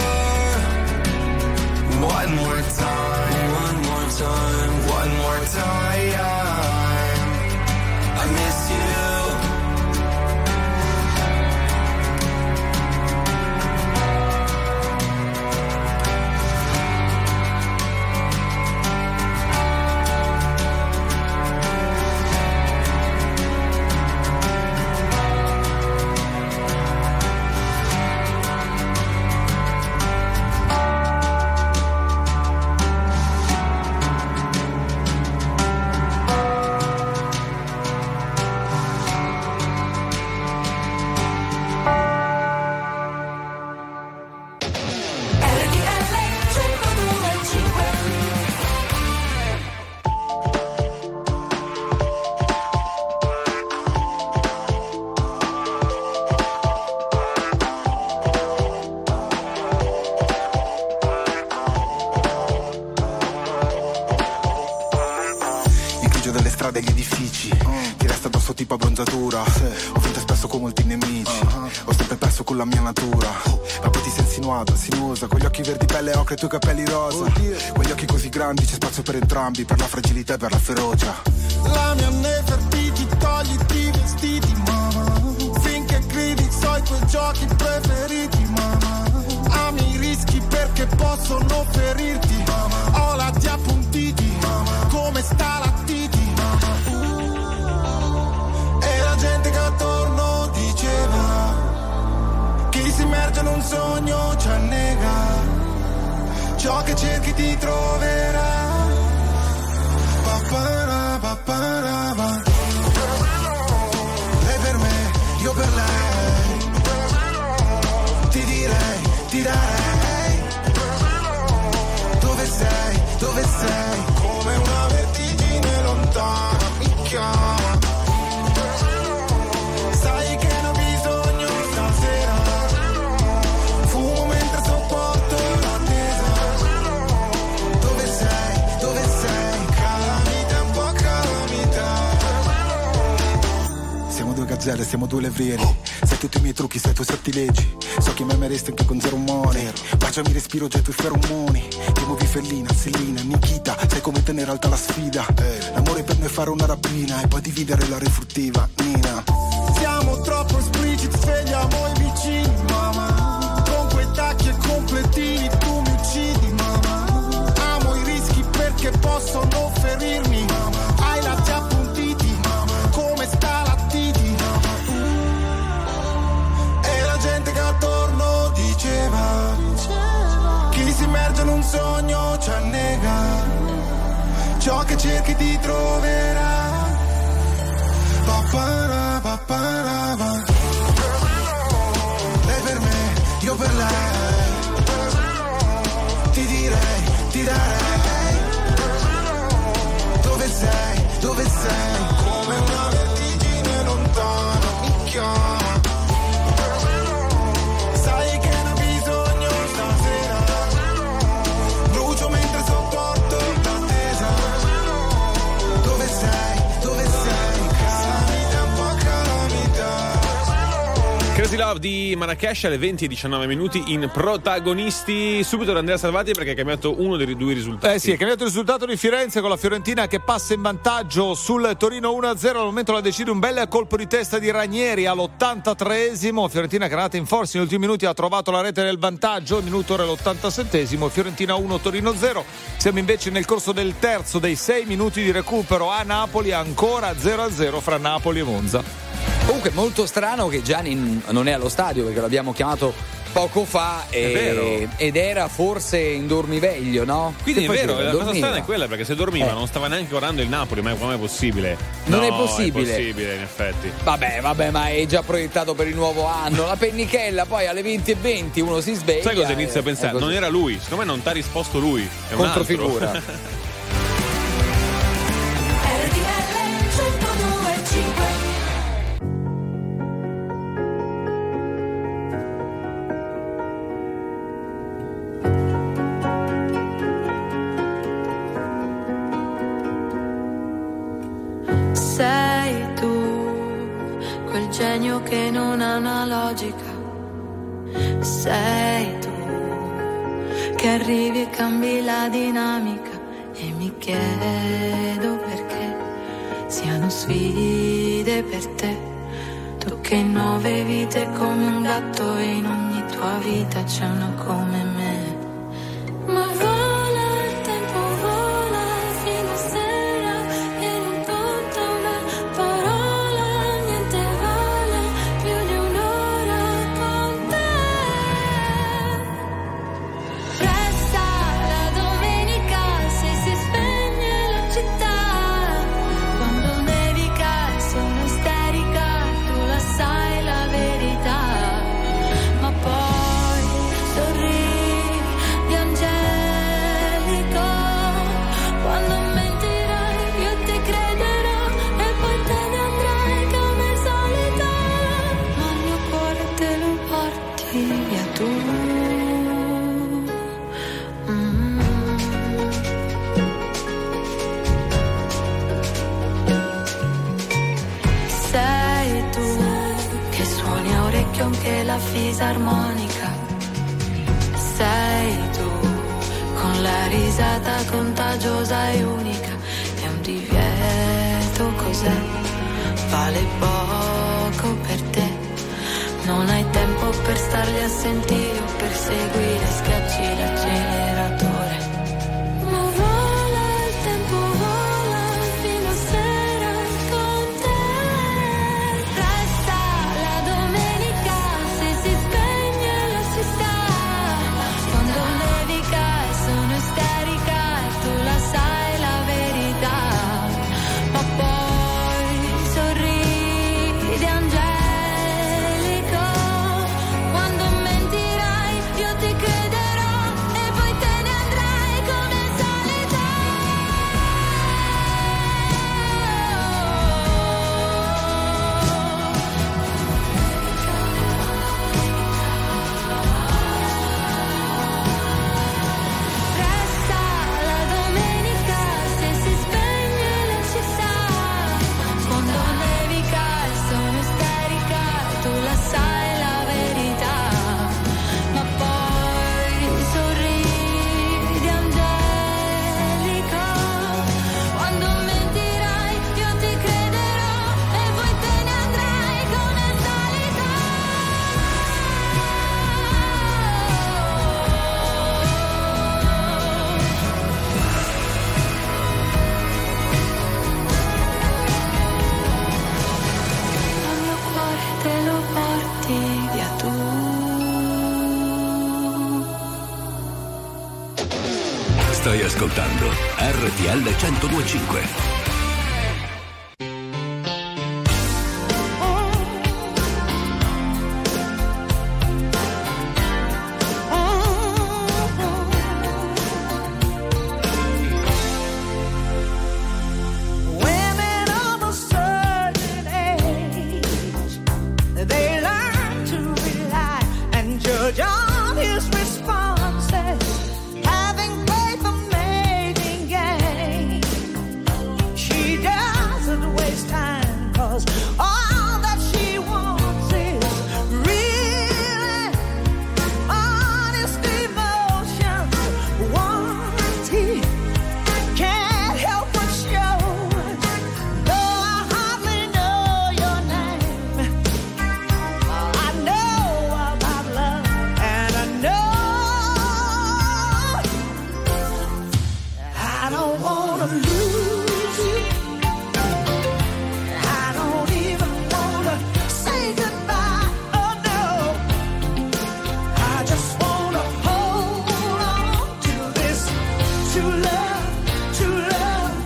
more time, one more time, one more time. I miss you. Degli edifici, ti resta addosso tipo abbronzatura. Ho vinto spesso con molti nemici, ho sempre perso con la mia natura. Ma poi ti sei insinuata, sinuosa, con gli occhi verdi pelle ocre e i tuoi capelli rosa. Con gli occhi così grandi c'è spazio per entrambi, per la fragilità e per la ferocia. La mia Nefertiti, togliti i vestiti, mamma. Finché gridi so i tuoi giochi preferiti, mamma. Ami i rischi perché possono ferirti, mamma. Ho lati appuntiti, mamma. Come sta la Titi? E la gente che attorno diceva: chi si immerge in un sogno ci annega, ciò che cerchi ti troverà. Papara, papara, pa. Lei per me, io per lei. Ti direi, ti darei. Dove sei, dove sei? Come una vertigine lontana mi chiama. Sai che ne ho bisogno stasera. Fumo mentre sopporto l'attesa. Dove sei, dove sei? Calamita, un po' calamita. Siamo due gazzelle, siamo due levrieri. Sai tutti i miei trucchi, sai i tuoi sortilegi. So che mi ameresti anche con zero money. Baciami, respiro già i tuoi feromoni. Ti muovi Fellina, Sellina, Nikita. Sai come tenere alta la sfida. L'amore per noi è fare una rapina e poi dividere la refruttiva, Nina. Siamo troppo espliciti, svegliamo i vicini, mamma. Con quei tacchi e completini tu mi uccidi, mamma. Amo i rischi perché possono ferirmi, mamma. Hai lati appuntiti, mamma. Come sta la Titi, mamma. E la gente che attorno diceva: chi si immerge in un sogno ci annega, ciò che cerchi ti troverà. Papara, papara, pa. Lei per me, io per lei. Ti direi, ti darei. Dove sei, dove sei? Come una vertigine lontana mi chiama. Sai che ne ho bisogno stasera. Brucio mentre sopporto l'attesa. Dove sei, dove sei? Calamita, un po' calamita. Crazy Love di Marrakesh alle 20:19 in protagonisti. Subito da Andrea Salvati perché ha cambiato uno dei due risultati. Sì, è cambiato il risultato di Firenze con la Fiorentina che passa in vantaggio sul Torino 1-0. Al momento la decide un bel colpo di testa di Ranieri all'83esimo. Fiorentina che è andata in forza negli ultimi minuti, ha trovato la rete del vantaggio. Minuto ora l'87esimo. Fiorentina 1, Torino 0. Siamo invece nel corso del terzo dei 6 minuti di recupero a Napoli, ancora 0-0 fra Napoli e Monza. Comunque molto strano che Gianni non è allo stadio perché l'abbiamo chiamato poco fa ed era forse in dormiveglio, no? Quindi è vero, la cosa strana è quella perché se dormiva non stava neanche guardando il Napoli, ma come è possibile? Non no, è possibile. È possibile in effetti. Vabbè, ma è già proiettato per il nuovo anno. La pennichella poi alle 20:20 uno si sveglia. Sai cosa inizia a pensare? Non era lui, secondo me non ti ha risposto lui. È controfigura. Sei tu, quel genio che non ha una logica, Sei tu che arrivi e cambi la dinamica e mi chiedo perché siano sfide per te. Tu che in 9 vite come un gatto e in ogni tua vita c'è una come me. Ma vola il tempo, vola fino a sera e non conta una parola, niente vale più di un'ora con te. Resta la domenica se si spegne la città, quando nevica e sono isterica, tu la sai la verità, ma poi sorridi angelico, quando mentirai io ti crederò e poi te ne andrai come al solito, ma il mio cuore te lo porti via tu. Sei tu che suoni a orecchio anche la fisarmonica. Sei tu con la risata contagiosa e unica. È un divieto, cos'è? Vale poco per te. Non hai tempo per starli a sentire o per seguire, schiacci l'acceleratore. Ma vola il tempo, vola fino a sera con te. Resta la domenica se si spegne la città, quando nevica e sono isterica e tu la sai la verità, ma poi sorridi angelico, quando mentirai io ti crederò e poi te ne andrai come al solito. Resta la domenica se si spegne la città, quando nevica e sono isterica e tu la sai la verità, ma poi sorridi angelico, quando mentirai io ti crederò e poi te ne andrai come al solito. Il mio cuore te lo porti via tu. Stai ascoltando RTL 102.5. Women of a certain age, they learn to rely and judge on his responses, having played the mating game. She doesn't waste time, 'cause all that she wants is real honest emotions. Once he can't help but show, though I hardly know your name. I know about love, and I know I don't wanna lose you. I don't even wanna say goodbye. Oh no, I just wanna hold on to this true love, true love.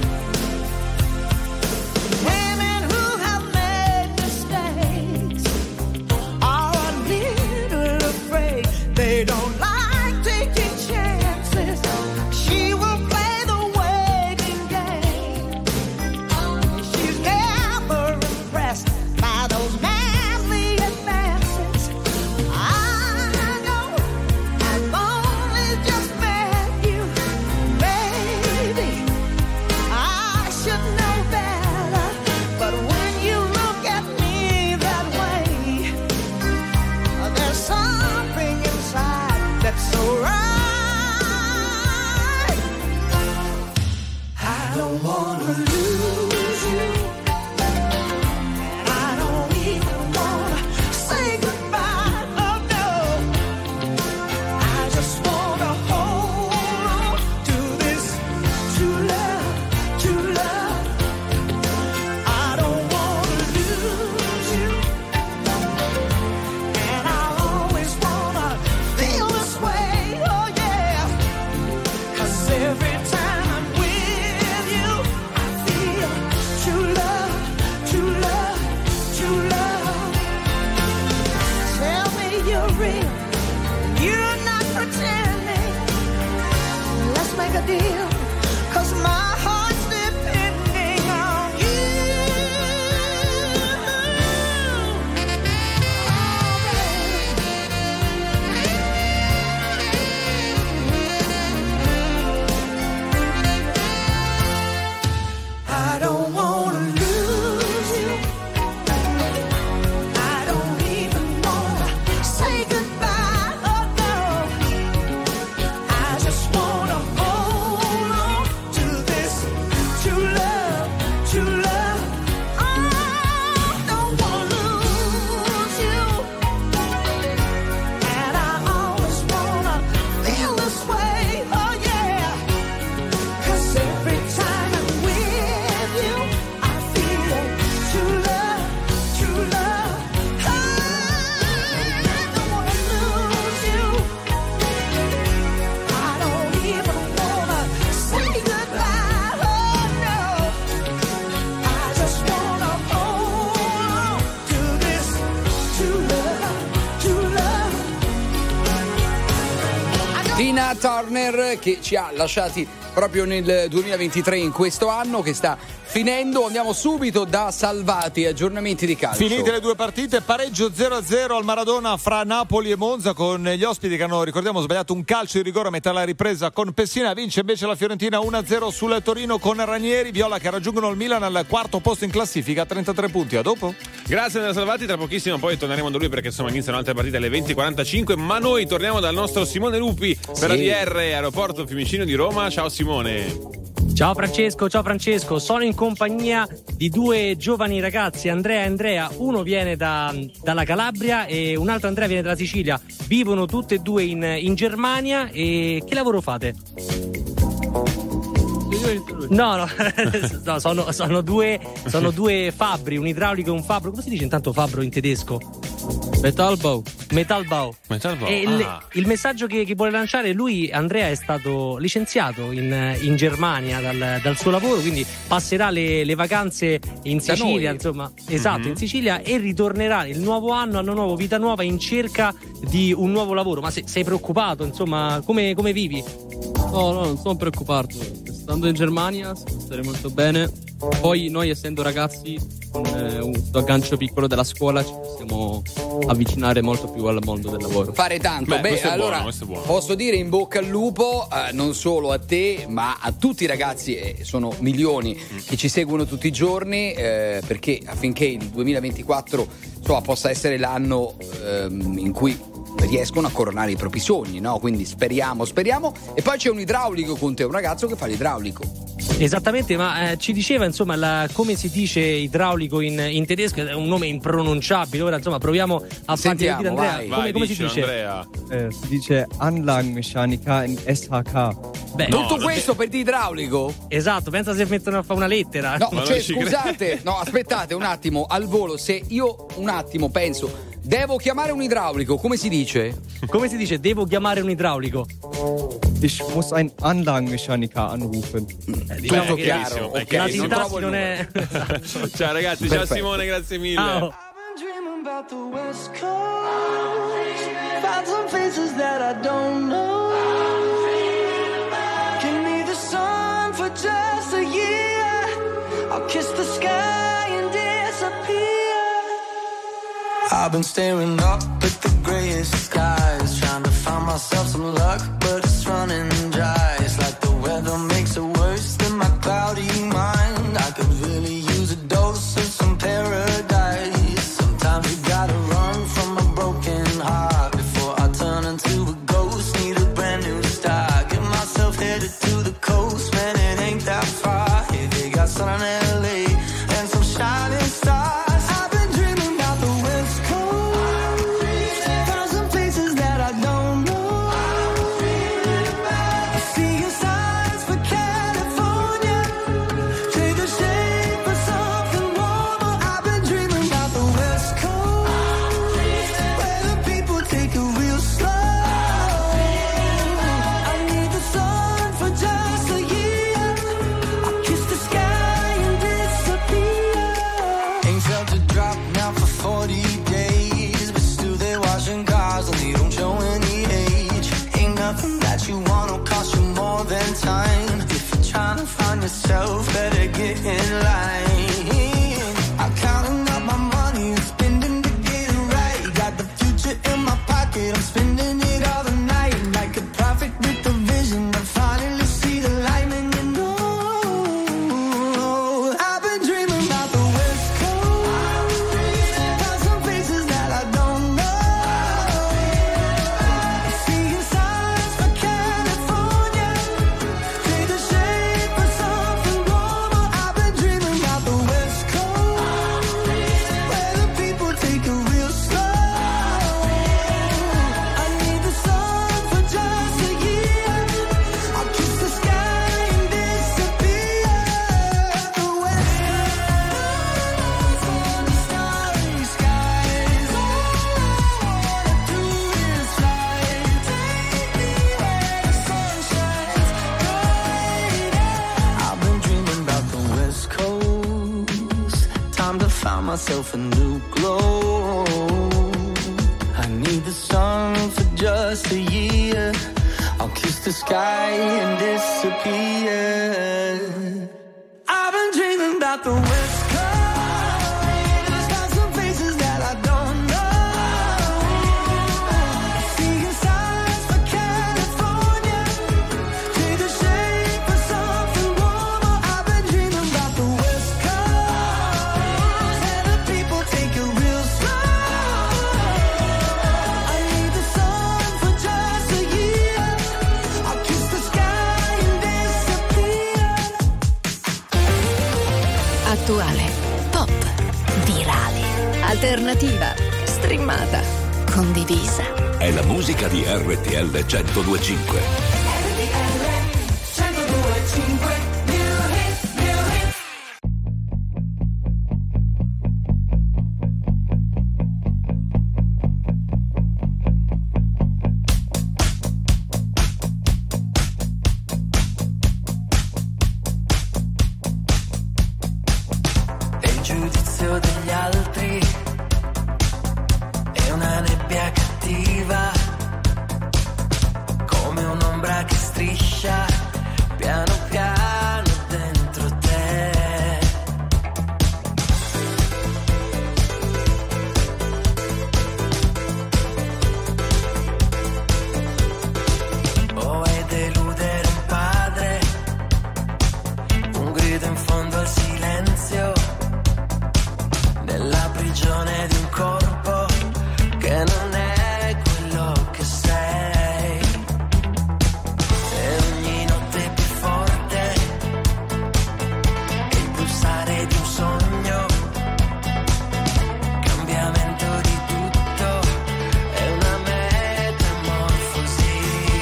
Women who have made mistakes are a little afraid. They don't like taking chances. She will play the waiting game. She's never impressed by those manly advances. I know I've only just met you, baby. I should know better, but when you look at me that way, there's some real. You're not pretending. Let's make a deal, 'cause my heart's depending on you. I don't wanna lose you. I don't even wanna say goodbye, oh no. I just wanna hold on to this true love, true love. I don't wanna lose you. And I always wanna feel this way, oh yeah. 'Cause every time I'm with you, I feel true love, true love. I don't wanna lose you. I don't even wanna say goodbye, oh no. I just wanna hold on to this true love, true love. Tina Turner, che ci ha lasciati proprio nel 2023, in questo anno che sta finendo. Andiamo subito da Salvati, aggiornamenti di calcio. Finite le due partite, pareggio 0-0 al Maradona fra Napoli e Monza, con gli ospiti che hanno, ricordiamo, sbagliato un calcio di rigore a metà la ripresa con Pessina. Vince invece la Fiorentina 1-0 sul Torino con Ranieri. Viola che raggiungono il Milan al quarto posto in classifica, 33 punti. A dopo. Grazie Andrea Salvati, tra pochissimo poi torneremo da lui perché insomma iniziano altre partite alle 20:45, ma noi torniamo dal nostro Simone Lupi per ADR Aeroporto Fiumicino di Roma. Ciao Simone. Ciao Francesco, sono in compagnia di due giovani ragazzi, Andrea e Andrea. Uno viene dalla Calabria e un altro Andrea viene dalla Sicilia. Vivono tutte e due in Germania. E che lavoro fate? No, sono due fabbri, un idraulico e un fabbro. Come si dice intanto fabbro in tedesco? Metallbau. E il messaggio che vuole lanciare lui, Andrea, è stato licenziato in Germania dal suo lavoro, quindi passerà le vacanze in Sicilia, insomma, esatto, in Sicilia, e ritornerà il nuovo anno nuovo, vita nuova, in cerca di un nuovo lavoro. Ma sei preoccupato, insomma, come vivi? No, non sono preoccupato. Stando in Germania starei molto bene. Poi noi, essendo ragazzi, con un aggancio piccolo della scuola, ci possiamo avvicinare molto più al mondo del lavoro. Fare tanto. Allora buono. Posso dire in bocca al lupo, non solo a te, ma a tutti i ragazzi, sono milioni che ci seguono tutti i giorni, perché affinché il 2024 possa essere l'anno in cui riescono a coronare i propri sogni, no? Quindi speriamo. E poi c'è un idraulico con te, un ragazzo che fa l'idraulico. Esattamente, ma ci diceva, insomma, come si dice idraulico in tedesco, è un nome impronunciabile. Ora, insomma, proviamo a farti dire, Andrea, come si dice? Andrea. Si dice Anlagenmechanica in SHK. Beh, tutto questo per dire idraulico? Esatto, pensa se mettono a fare una lettera. No, scusate, no, aspettate un attimo, al volo, se io un attimo penso devo chiamare un idraulico, come si dice? Come si dice devo chiamare un idraulico? Ich muss ein Anlagenmechaniker anrufen. Tutto chiaro, ok. La sintassi non è... Ciao ragazzi, ciao Simone, grazie mille. Ciao. About the West Coast, found some faces that I don't know. Give me the sun for just a year. I'll kiss the sky and disappear. I've been staring up at the grayest skies, trying to find myself some luck, but it's running dry. It's like the weather makes it worse than my cloudy mind. I could really use a dose of some paradise. Sometimes you gotta run from a broken heart before I turn into a ghost. Need a brand new start. Get myself headed to the coast, man, it ain't that far. Yeah, they got sun in LA and some shining stars. myself a new glow. I need the sun for just a year. I'll kiss the sky and disappear. I've been dreaming about the West Coast. It's got some faces that I don't know. Seeing signs for California. Take the shape of something warmer. I've been dreaming about the West Coast. And the people take it real slow. I need the sun for just a year. I'll kiss the sky and disappear. Attuale, pop, virale, alternativa, streamata, condivisa. È la musica di RTL 102.5. E il giudizio degli altri è una nebbia cattiva, come un'ombra che striscia piano piano dentro te. Oh, è deludere un padre, un grido in fondo al silenzio, nella prigione di un corpo che non è quello che sei. E ogni notte più forte è il pulsare di un sogno, cambiamento di tutto, è una metamorfosi.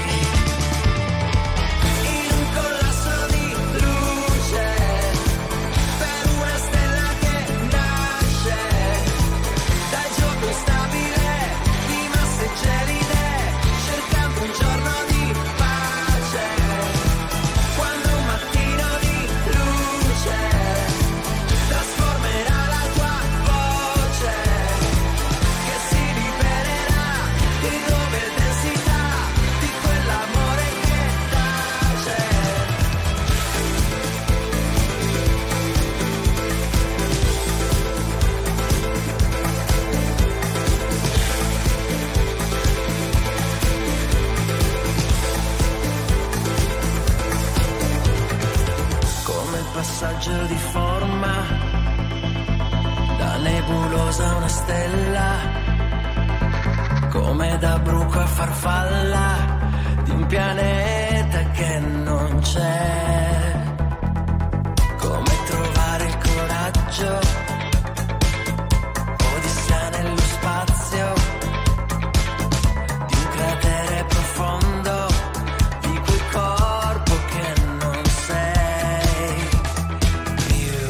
In un collasso di luce, per una stella che nasce dal gioco instabile di masse gelide, cercando un giorno di pace. Quando un mattino di luce trasformerà la tua voce, che si libererà di nuove densità, di quell'amore che tace. Come il passaggio di forma da nebulosa a una stella, come da bruco a farfalla di un pianeta che non c'è. Come trovare il coraggio, odissea nello spazio, di un cratere profondo, di quel corpo che non sei più.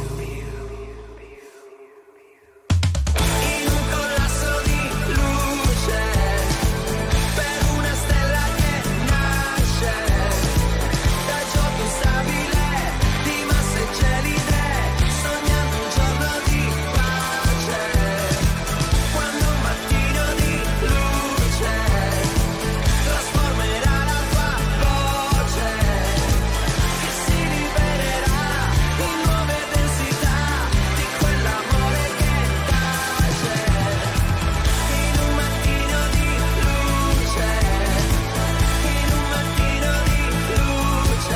In un collasso di luce, per una stella che nasce dal gioco instabile di masse gelide, sognando un giorno di pace. Quando un mattino di luce trasformerà la tua voce, che si libererà di nuove densità, di quell'amore che tace. In un mattino di luce, in un mattino di luce.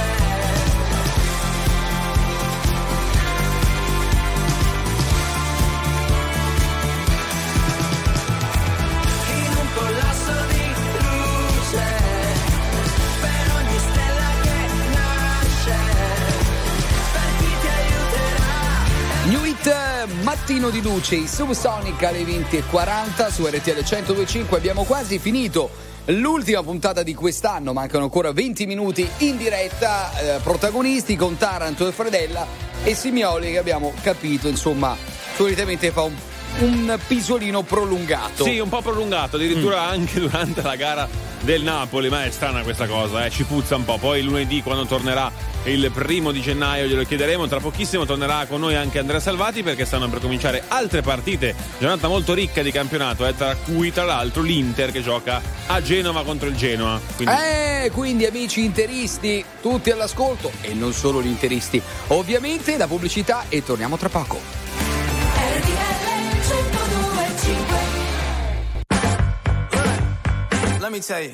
In un collasso di luce, per ogni stella che nasce, per chi ti aiuterà. New Hit, mattino di luce, i Subsonic alle 20:40 su RTL 102.5. Abbiamo quasi finito l'ultima puntata di quest'anno, mancano ancora 20 minuti in diretta, protagonisti con Taranto e Fredella e Simioli, che abbiamo capito, insomma, solitamente fa un pisolino prolungato. Sì, un po' prolungato, addirittura anche durante la gara del Napoli, ma è strana questa cosa, ci puzza un po'. Poi lunedì, quando tornerà il 1° di gennaio, glielo chiederemo. Tra pochissimo tornerà con noi anche Andrea Salvati, perché stanno per cominciare altre partite, giornata molto ricca di campionato, tra cui tra l'altro l'Inter che gioca a Genova contro il Genoa. Quindi amici interisti, tutti all'ascolto, e non solo gli interisti, ovviamente la pubblicità, e torniamo tra poco. Let me tell you,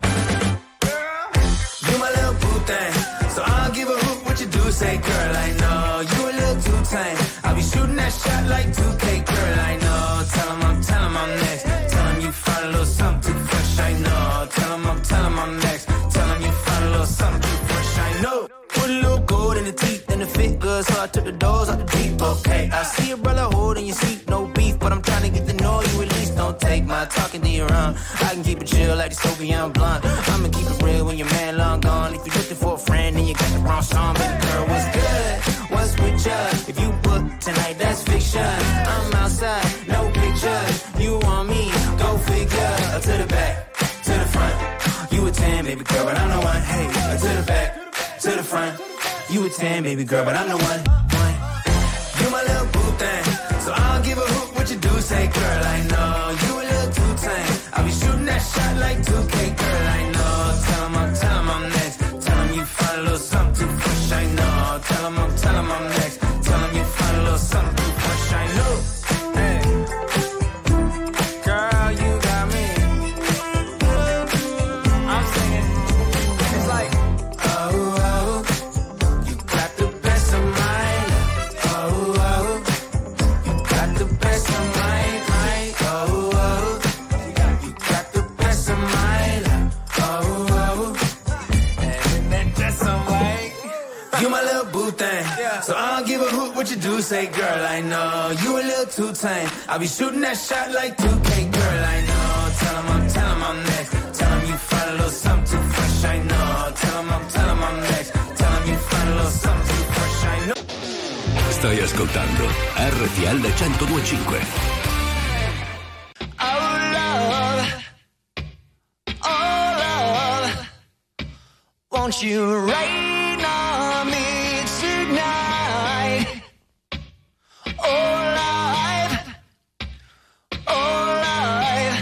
you my little boo thing, so I don't give a hoot what you do, say girl, I know, you a little too tame, I'll be shooting that shot like 2K, girl, I know, tell 'em I'm next, tell 'em you find a little something too fresh, I know, tell 'em I'm next, tell 'em you find a little something too fresh, I know, put a little gold in the teeth and the fit good, so I took the doors out the deep, okay, I see a brother holding your seat, no beef, but I'm trying to get to know you at least, don't take my talking to your own, I can keep it chill like the Soviet blonde, I'ma keep it real when your man long gone, if you're looking for a friend and you got the wrong song, baby girl, what's good, what's with ya, if you book tonight, that's fiction, I'm outside, no pictures, you want me, go figure, to the back, to the front, you a 10, baby girl, but I'm the one, hey, to the back, to the front, you a 10, baby girl, but I'm the one, you my little boo thing, so I don't give a hoot what you do, say girl, I know, you a little too tame, I'll be shooting that shot like 2K, girl, I know, tell 'em I'm next, tell 'em you find a little something too fresh, I know, tell 'em I'm next, tell 'em you find a little something too fresh, I know, hey, girl, you got me, I'm singing, it's like, oh, you got the best of mine, oh, you got the best of mine, oh, you got the best of mine, oh, and that's alright. You my little boo thing, so I don't give a hoot what you do, say girl, I know, you a little too tame, I'll be shooting that shot like 2K, girl, I know, tell 'em I'm next, tell 'em you find a little something too fresh, I know, tell 'em I'm next, tell 'em you find a little something too fresh, I know. Stai ascoltando RTL 102.5. Won't you rain on me tonight? Oh, life,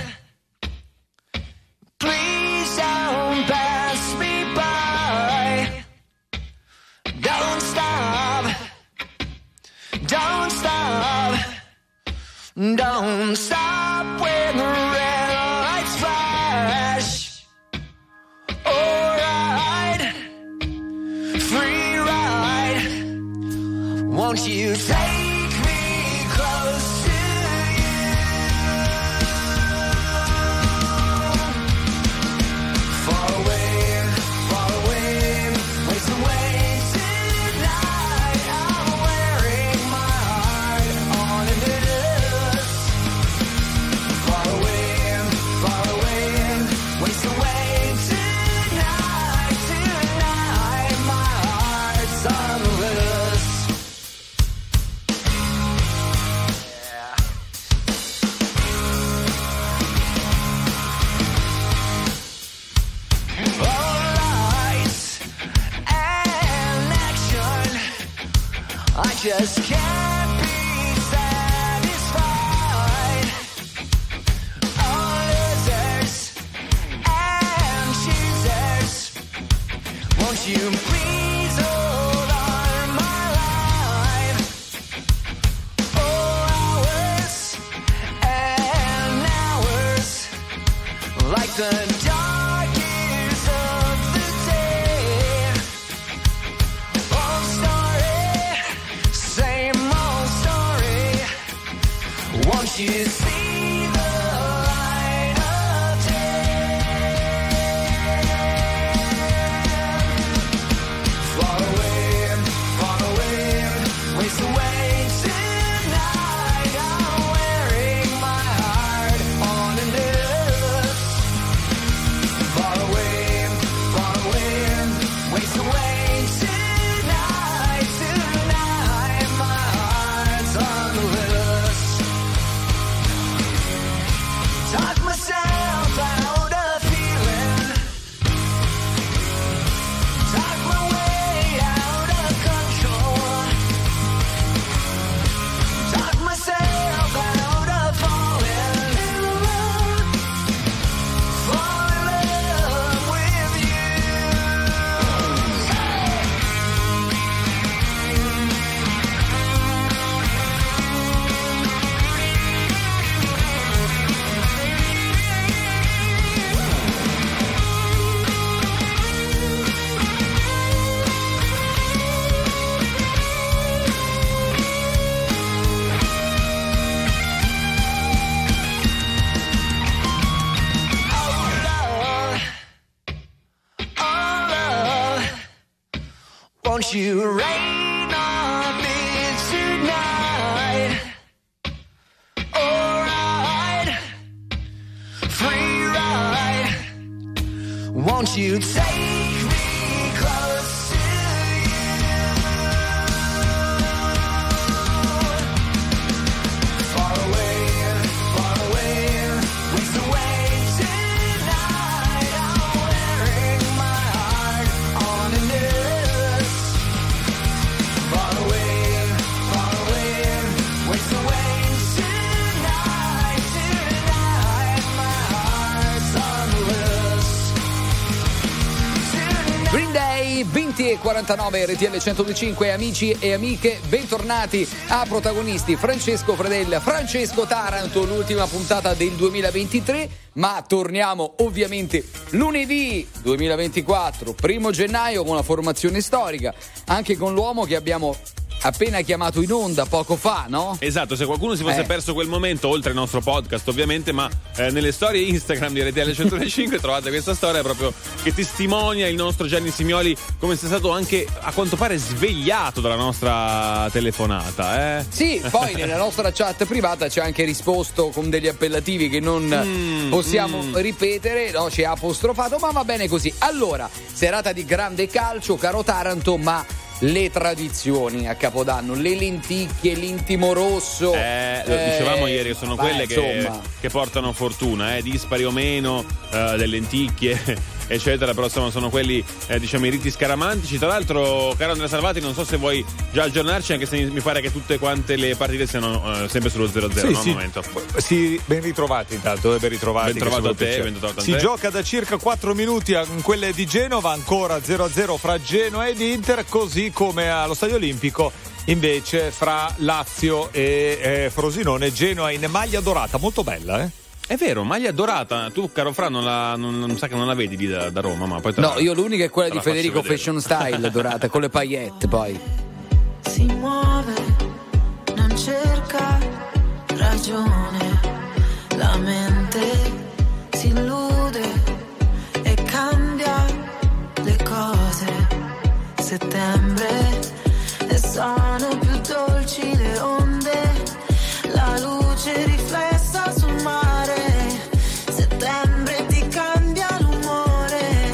please don't pass me by. Don't stop, don't stop, don't stop when the red lights flash. Free ride, won't you take me close to you? Far away, waste away tonight. I'm wearing my heart on a necklace. Far away, waste away tonight, my heart's on the loose. All lights and action, I just can't be satisfied. All losers and choosers, won't you please hold on my life? Oh, hours and hours, like the dark years of the day. Old story, same old story. Won't you see the light of day? Won't you rain on me tonight? Alright, free ride. Won't you take me close to you? Far away, waste away tonight. I'm wearing my heart on a noose. Far away, waste away tonight. Tonight, my heart's on the loose. Green Day, 20:49, RTL 102.5, amici e amiche, bentornati a Protagonisti. Francesco Fredella, Francesco Taranto, l'ultima puntata del 2023, ma torniamo ovviamente lunedì 2024, 1 gennaio, con la formazione storica, anche con l'uomo che abbiamo appena chiamato in onda poco fa, no? Esatto, se qualcuno si fosse perso quel momento, oltre al nostro podcast ovviamente, ma nelle storie Instagram di RTL 105 trovate questa storia proprio che testimonia il nostro Gianni Simioli come sia stato anche a quanto pare svegliato dalla nostra telefonata. Sì, poi nella nostra chat privata ci ha anche risposto con degli appellativi che non possiamo ripetere, no? Ci ha apostrofato, ma va bene così. Allora, serata di grande calcio, caro Taranto, ma le tradizioni a Capodanno, le lenticchie, l'intimo rosso, lo dicevamo ieri, sono quelle che portano fortuna, dispari o meno, le lenticchie eccetera, però insomma sono quelli diciamo i riti scaramantici. Tra l'altro, caro Andrea Salvati, non so se vuoi già aggiornarci, anche se mi pare che tutte quante le partite siano sempre sullo 0-0, sì, no? Sì. Al momento. Sì, ben ritrovati intanto, ben ritrovati. Ben trovato a te, ben trovato a te. Si gioca da circa 4 minuti in quelle di Genova, ancora 0-0 fra Genoa ed Inter, così come allo Stadio Olimpico invece fra Lazio e Frosinone. Genoa in maglia dorata, molto bella, È vero, maglia dorata. Tu, caro Fra, non sa che non la vedi lì da Roma, ma poi no, io l'unica è quella di Federico Fashion Style dorata con le paillette. Poi si muove, non cerca ragione, la mente si illude e cambia le cose. Settembre e sono più dolci le onde, la luce riflessa sul mare. Settembre ti cambia l'umore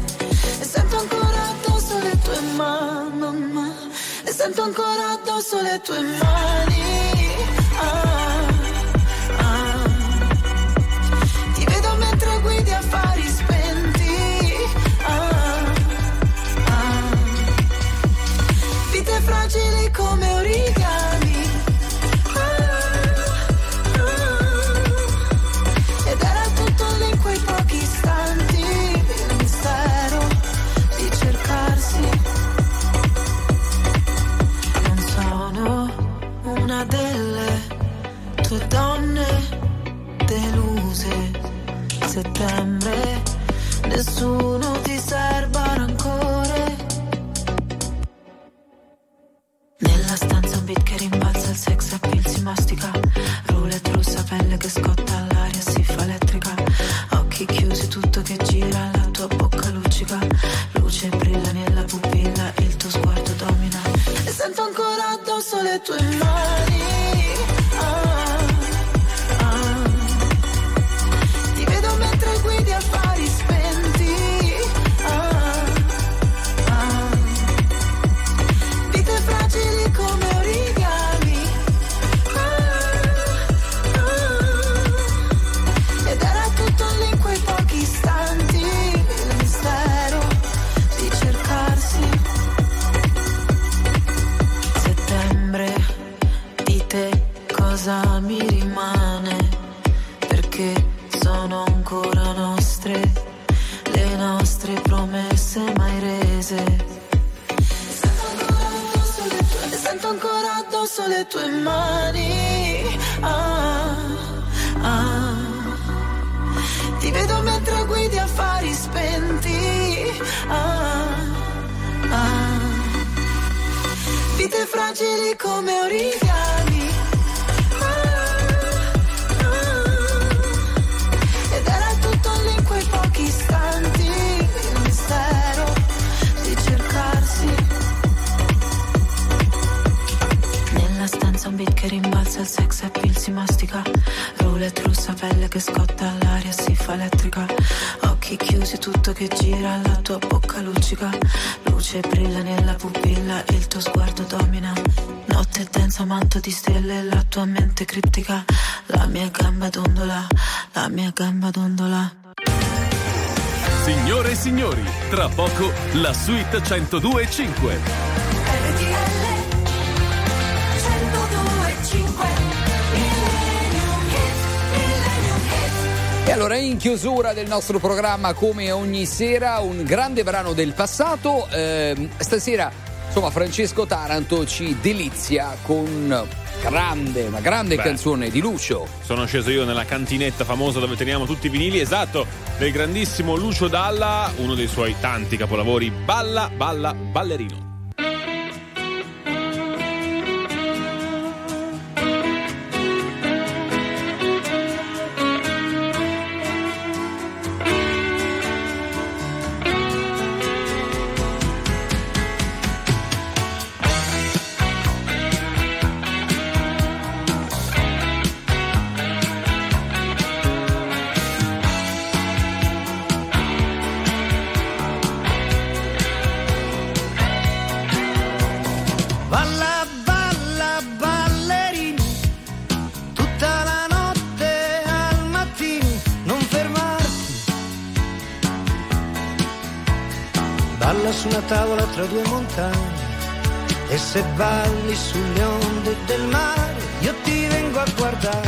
e sento ancora addosso le tue mani, e sento ancora addosso le tue mani. Ti vedo mentre guidi affari spenti, vite fragili come origami. Ed era tutto lì in quei pochi istanti, il mistero di cercarsi. Non sono una delle tue donne deluse. Settembre, nessuno ti serba rancore. Nella stanza un beat che rimbalza, il sex appeal si mastica, roulette russa, pelle che scotta, all'aria si fa elettrica. Occhi chiusi, tutto che gira, la tua bocca luccica, luce brilla nella pupilla, il tuo sguardo domina. E sento ancora addosso le tue mani. Ti vedo mentre guidi affari spenti. Vite fragili come origami. Ed era tutto lì in quei pochi istanti, il mistero di cercarsi. Settembre, di te cosa mi rimane? Perché sono ancora nostre, le nostre promesse mai rese. Sento ancora addosso le tue mani. Ti vedo mentre guidi affari spenti. Vite fragili come origami. Ed era tutto lì in quei pochi istanti, il mistero di cercarsi. si fa elettrica. Occhi chiusi, tutto che gira, la tua bocca luccica. Luce brilla nella pupilla, il tuo sguardo domina. Notte densa, manto di stelle, la tua mente criptica. La mia gamba dondola, la mia gamba dondola. Signore e signori, tra poco la suite 102.5. E allora in chiusura del nostro programma, come ogni sera, un grande brano del passato. Stasera, insomma, Francesco Taranto ci delizia con una grande canzone di Lucio. Sono sceso io nella cantinetta famosa dove teniamo tutti i vinili, esatto, del grandissimo Lucio Dalla, uno dei suoi tanti capolavori, Balla, balla, ballerino. Tavola tra due montagne, e se balli sulle onde del mare io ti vengo a guardare.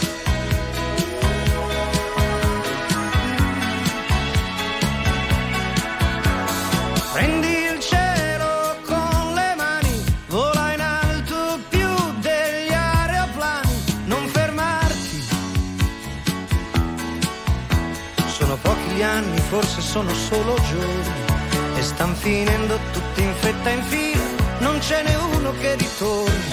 Prendi il cielo con le mani, vola in alto più degli aeroplani, non fermarti. Sono pochi gli anni, forse sono solo giorni, e stan finendo tutti in fretta in fila, non ce n'è uno che ritorni.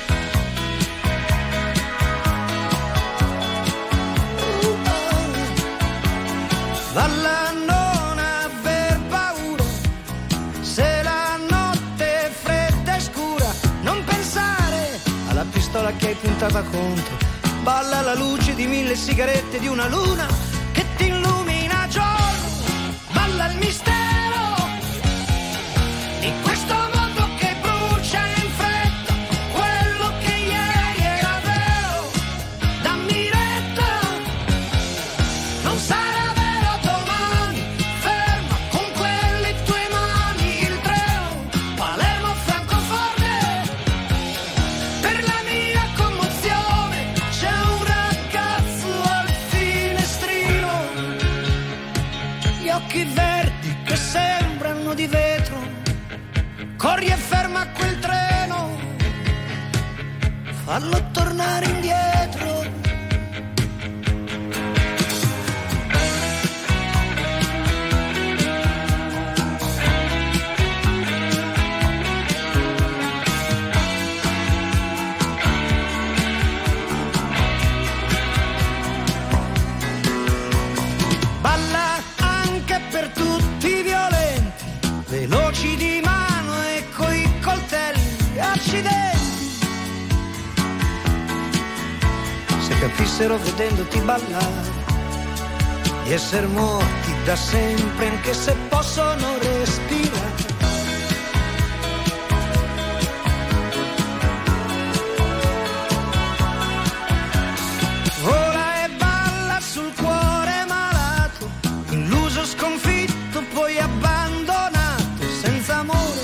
Valla, non aver paura, se la notte è fredda e scura, non pensare alla pistola che hai puntata contro. Balla alla luce di 1000 sigarette, di una luna che ti illumina a giorno. Balla il mistero di questo mondo che brucia in fretta, quello che ieri era vero, dammi retta, non sarà vero domani, ferma con quelle tue mani il treno, Palermo-Francoforte, per la mia commozione c'è un ragazzo al finestrino, gli occhi verdi che sembrano di vetro. Corri e ferma quel treno, fallo tornare indietro. Balla anche per tutti i violenti, veloci di mano e coi coltelli, accidenti. Se capissero vedendoti ballare di essere morti da sempre, anche se possono respirare. Vola e balla sul cuore malato, illuso, sconfitto, poi abbandonato, senza amore.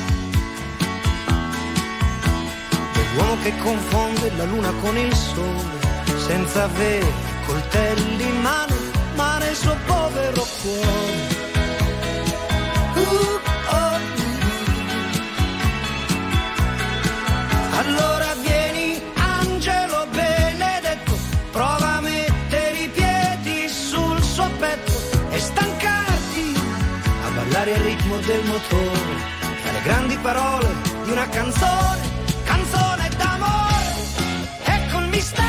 L'uomo che confonde la luna con il sole, senza avere coltelli in mano, ma nel suo povero cuore. Allora vieni, angelo benedetto, prova a mettere i piedi sul suo petto e stancarti a ballare al ritmo del motore, alle grandi parole di una canzone, canzone d'amore. Ecco il mistero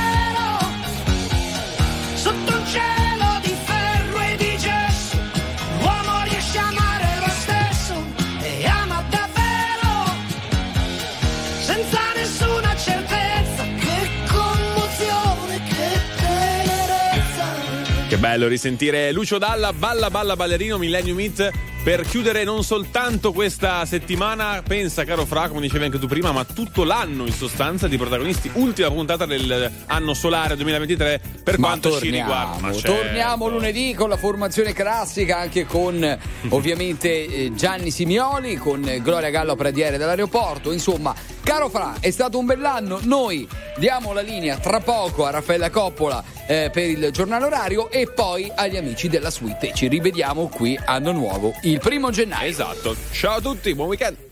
sotto un cielo di ferro e di gesso, l'uomo riesce a amare lo stesso e ama davvero, senza nessuna certezza. Che commozione, che tenerezza. Che Bello risentire Lucio Dalla, Balla Balla Ballerino, Millennium Hit, per chiudere non soltanto questa settimana, pensa caro Fra, come dicevi anche tu prima, ma tutto l'anno in sostanza di Protagonisti, ultima puntata dell'anno solare 2023 per quanto ci riguarda. Ma torniamo lunedì con la formazione classica, anche con ovviamente Gianni Simioli, con Gloria Gallo Pradiere dall'aeroporto. Insomma, caro Fra, è stato un bell'anno. Noi diamo la linea tra poco a Raffaella Coppola per il giornale orario e poi agli amici della suite. Ci rivediamo qui anno nuovo il 1 gennaio. Esatto. Ciao a tutti, buon weekend.